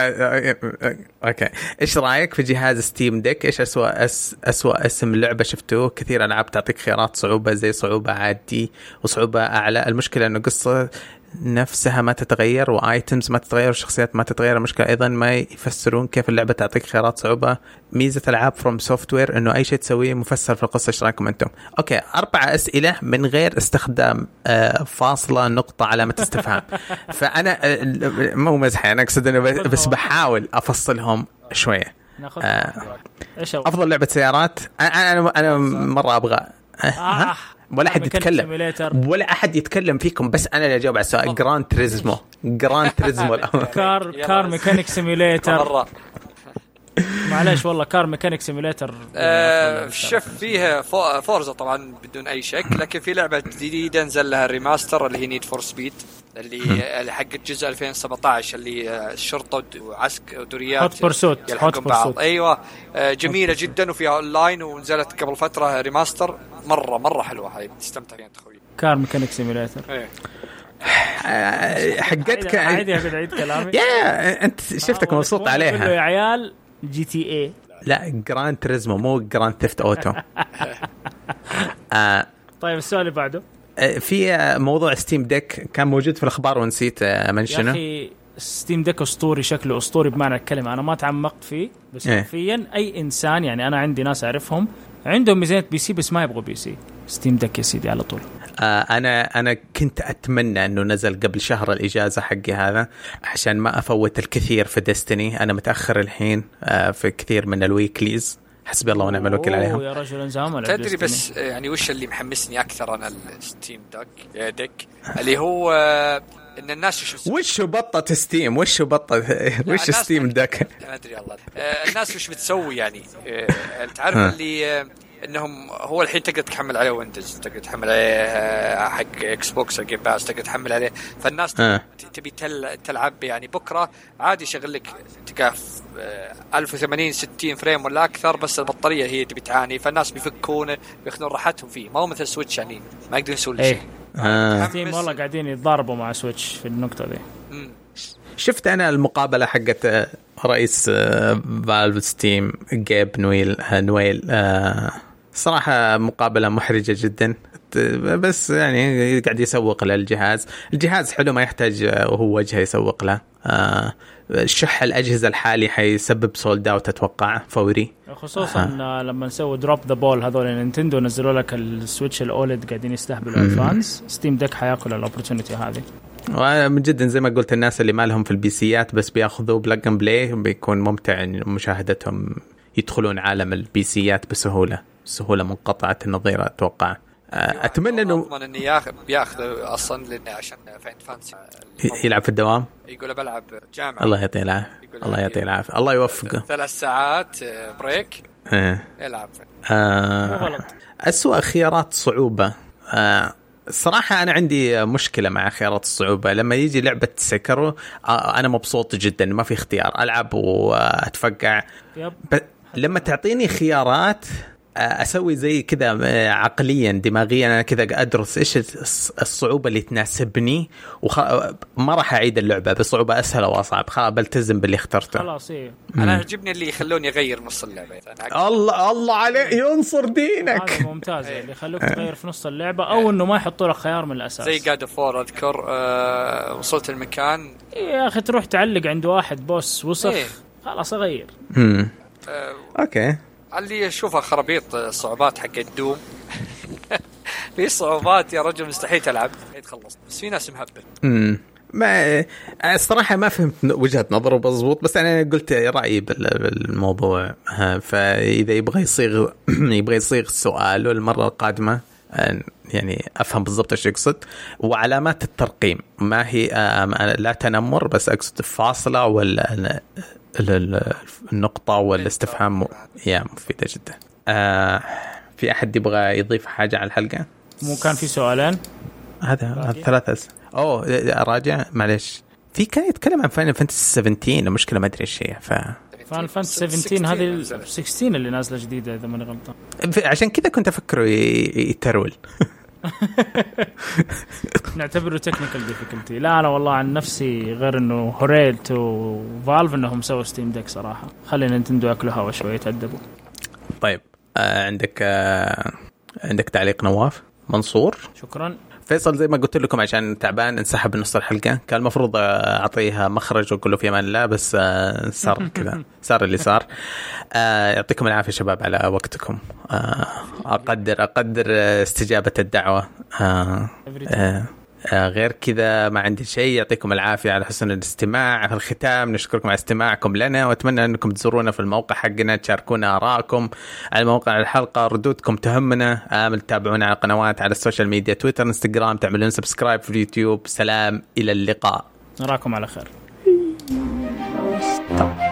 أوكي. إيش رأيك في جهاز ستيم ديك؟ إيش أسوأ أس أسوأ اسم لعبة شفتوه؟ كثير ألعاب تعطيك خيارات صعوبة زي صعوبة عادي وصعوبة أعلى. المشكلة إنه قصة نفسها ما تتغير وايتمز ما تتغير وشخصيات ما تتغير. المشكلة ايضا ما يفسرون كيف اللعبة تعطيك خيارات صعوبة. ميزة العاب فروم سوفتوير انه اي شيء تسويه مفسر في القصة. ايش رايكم انتم؟ اوكي اربع اسئلة من غير استخدام آه فاصلة نقطة علامة استفهام. فانا آه مو مزحة انا اقصد انه بس بحاول افصلهم شوية. آه افضل لعبة سيارات انا انا, أنا مرة ابغى آه ولا أحد يتكلم ولا أحد يتكلم فيكم، بس أنا اللي أجاوب على السؤال. جراند تريزمو جراند تريزمو كار كار ميكانيك سيميليتر. معلش والله كار ميكانيك سيميليتر. آه شوف فيها فورزا طبعا بدون أي شك، لكن في لعبة جديدة نزل لها ريماستر اللي هي نيد فور سبيد اللي حق الجزء ألفين وسبعة عشر اللي الشرطة وعسك ودوريات هوت برسوت يلحقون بعض. أيوة جميلة جدا وفيها أونلاين ونزلت قبل فترة ريماستر مرة مرة حلوة. هاي بتستمتع فيها أنت خوي. كار ميكانيك سيميليتر. إيه. حقتك عادي أقعد أعيد كلامي. يا أنت شفتك مبسوط عليها يا عيال. جي تي اي لا جراند تريزمو مو جراند ثيفت أوتو. طيب السؤال اللي بعده في موضوع ستيم ديك كان موجود في الأخبار ونسيت منشنه. يا أخي ستيم ديك أسطوري، شكله أسطوري بمعنى الكلمة. أنا ما تعمقت فيه بس حرفيا أي إنسان يعني أنا عندي ناس أعرفهم عندهم ميزانية بي سي بس ما يبغوا بي سي. ستيم ديك يا سيدي على طول. آه أنا أنا كنت أتمنى إنه نزل قبل شهر الإجازة حقي هذا عشان ما أفوت الكثير في ديستني. أنا متأخر الحين آه في كثير من الويكليز. حسبي الله ونعم الوكيل عليهم. يا رجل انزام تدري بس يعني وش اللي محمسني أكثر أنا الستيم ديك ديك اللي هو إن الناس وش بطة ستيم وش بطة وش ستيم ديك ما أدري الله الناس وش بتسوي يعني تعرف اللي انهم هو الحين تقدر تحمل عليه ويندوز، تقدر تحمل عليه حق اكس بوكس جيم باس، تقدر تحمل عليه. فالناس آه. تبي تلعب يعني بكره عادي يشغل لك تقاف ألف وثمانين ستين فريم ولا اكثر، بس البطاريه هي اللي بتعاني. فالناس بيفكونه بياخذون راحتهم فيه، ما هو مثل سويتش يعني ما يقدرون يسوون شيء. آه. ستيم والله قاعدين يتضاربوا مع سويتش في النقطه دي. م. شفت انا المقابله حقت رئيس فالف ستيم جيب نويل نويل آه صراحة مقابلة محرجة جدا. بس يعني قاعد يسوق للجهاز. الجهاز حلو ما يحتاج وهو وجهه يسوق له. آه شح الأجهزة الحالي حيسبب سولد اوت أتوقع فوري، خصوصا آه. لما نسوي دروب ذا بول هذول نينتندو نزلوا لك السويتش الأولد قاعدين يستهبلوا الفانز، ستيم ديك حياكل الأوبورتونيتي هذه. ومن جدا زي ما قلت الناس اللي ما لهم في البيسيات بس بياخذوا بلاج اند بلاي بيكون ممتع مشاهدتهم، يدخلون عالم البيسيات بسهولة سهولة منقطعة النظير أتوقع. أتمنى إنه أضمن إني ياخذ بياخذ أصلا لأنه عشان فاينل فانتسي يلعب في الدوام. يقول بلعب جامعة. الله يعطيه العافية. الله يعطيه العافية. الله يوفقه. ثلاث ساعات بريك. إيه. يلعب. آه. أسوأ خيارات صعوبة. آه. الصراحة أنا عندي مشكلة مع خيارات الصعوبة. لما يجي لعبة سكرو أنا مبسوط جدا ما في اختيار ألعب وأتفقع. لما تعطيني خيارات أسوي زي كذا عقليا دماغيا أنا كذا أدرس إيش الصعوبة اللي تناسبني وخ... ما راح أعيد اللعبة بصعوبة أسهل أو أصعب، خلاص بلتزم باللي اخترته. خلاص إيه. أنا عجبني اللي يخلوني أغير نص اللعبة. الله الله عليك ينصر دينك. هذا ممتاز اللي يخلوك تغير في نص اللعبة أو إنه ما يحطوا لك خيار من الأساس. زي God of War أذكر أه وصلت المكان يا أخي تروح تعلق عند واحد بوس وسخ إيه. خلاص أغير. أه أوكي. اللي أشوفها خرابيط صعوبات حق الدوم في صعوبات يا رجل مستحيل تلعب يتخلص، بس في ناس مهبل. امم ما الصراحة ما فهمت وجهة نظره بضبط، بس أنا قلت رأيي بالموضوع. فإذا يبغى يصيغ يبغى يصيغ السؤال المرة القادمة يعني أفهم بالضبط إيش يقصد. وعلامات الترقيم ما هي لا تنمر بس أقصد الفاصلة ولا النقطة والاستفهام يا مفيدة جدا. آه في أحد يبغى يضيف حاجة على الحلقة؟ مو كان في سؤالين هذا هذا ثلاثة. أوه أراجع معلش. في كان يتكلم عن فاينل فانتسي سبعتاشر مشكلة ما أدري إيش هي. ف فاينل فانتسي سبعتاشر هذه ستة عشر اللي نازلة جديدة إذا ماني غلطان. عشان كذا كنت أفكره يترول. نعتبره تكنيكال ديفيكولتي. لا أنا والله عن نفسي غير إنه هوريت وفالف إنهم سووا ستيم ديك صراحة خلي نينتندو يأكلوا هوا شوية يتأدبوا. طيب آه عندك آه عندك تعليق نواف منصور؟ شكرا. فيصل زي ما قلت لكم عشان تعبان انسحب بنص الحلقة، كان المفروض أعطيها مخرج وأقول له في أمان الله بس آه صار كذا صار اللي صار. آه يعطيكم العافية شباب على وقتكم. آه أقدر أقدر استجابة الدعوة. آه آه آه غير كذا ما عندي شيء. يعطيكم العافية على حسن الاستماع. في الختام نشكركم على استماعكم لنا وأتمنى أنكم تزورونا في الموقع حقنا تشاركونا آراءكم على موقع الحلقة، ردودكم تهمنا. آمل تتابعونا على قنوات على السوشيال ميديا تويتر انستغرام، تعملون سبسكرايب في اليوتيوب. سلام إلى اللقاء، نراكم على خير.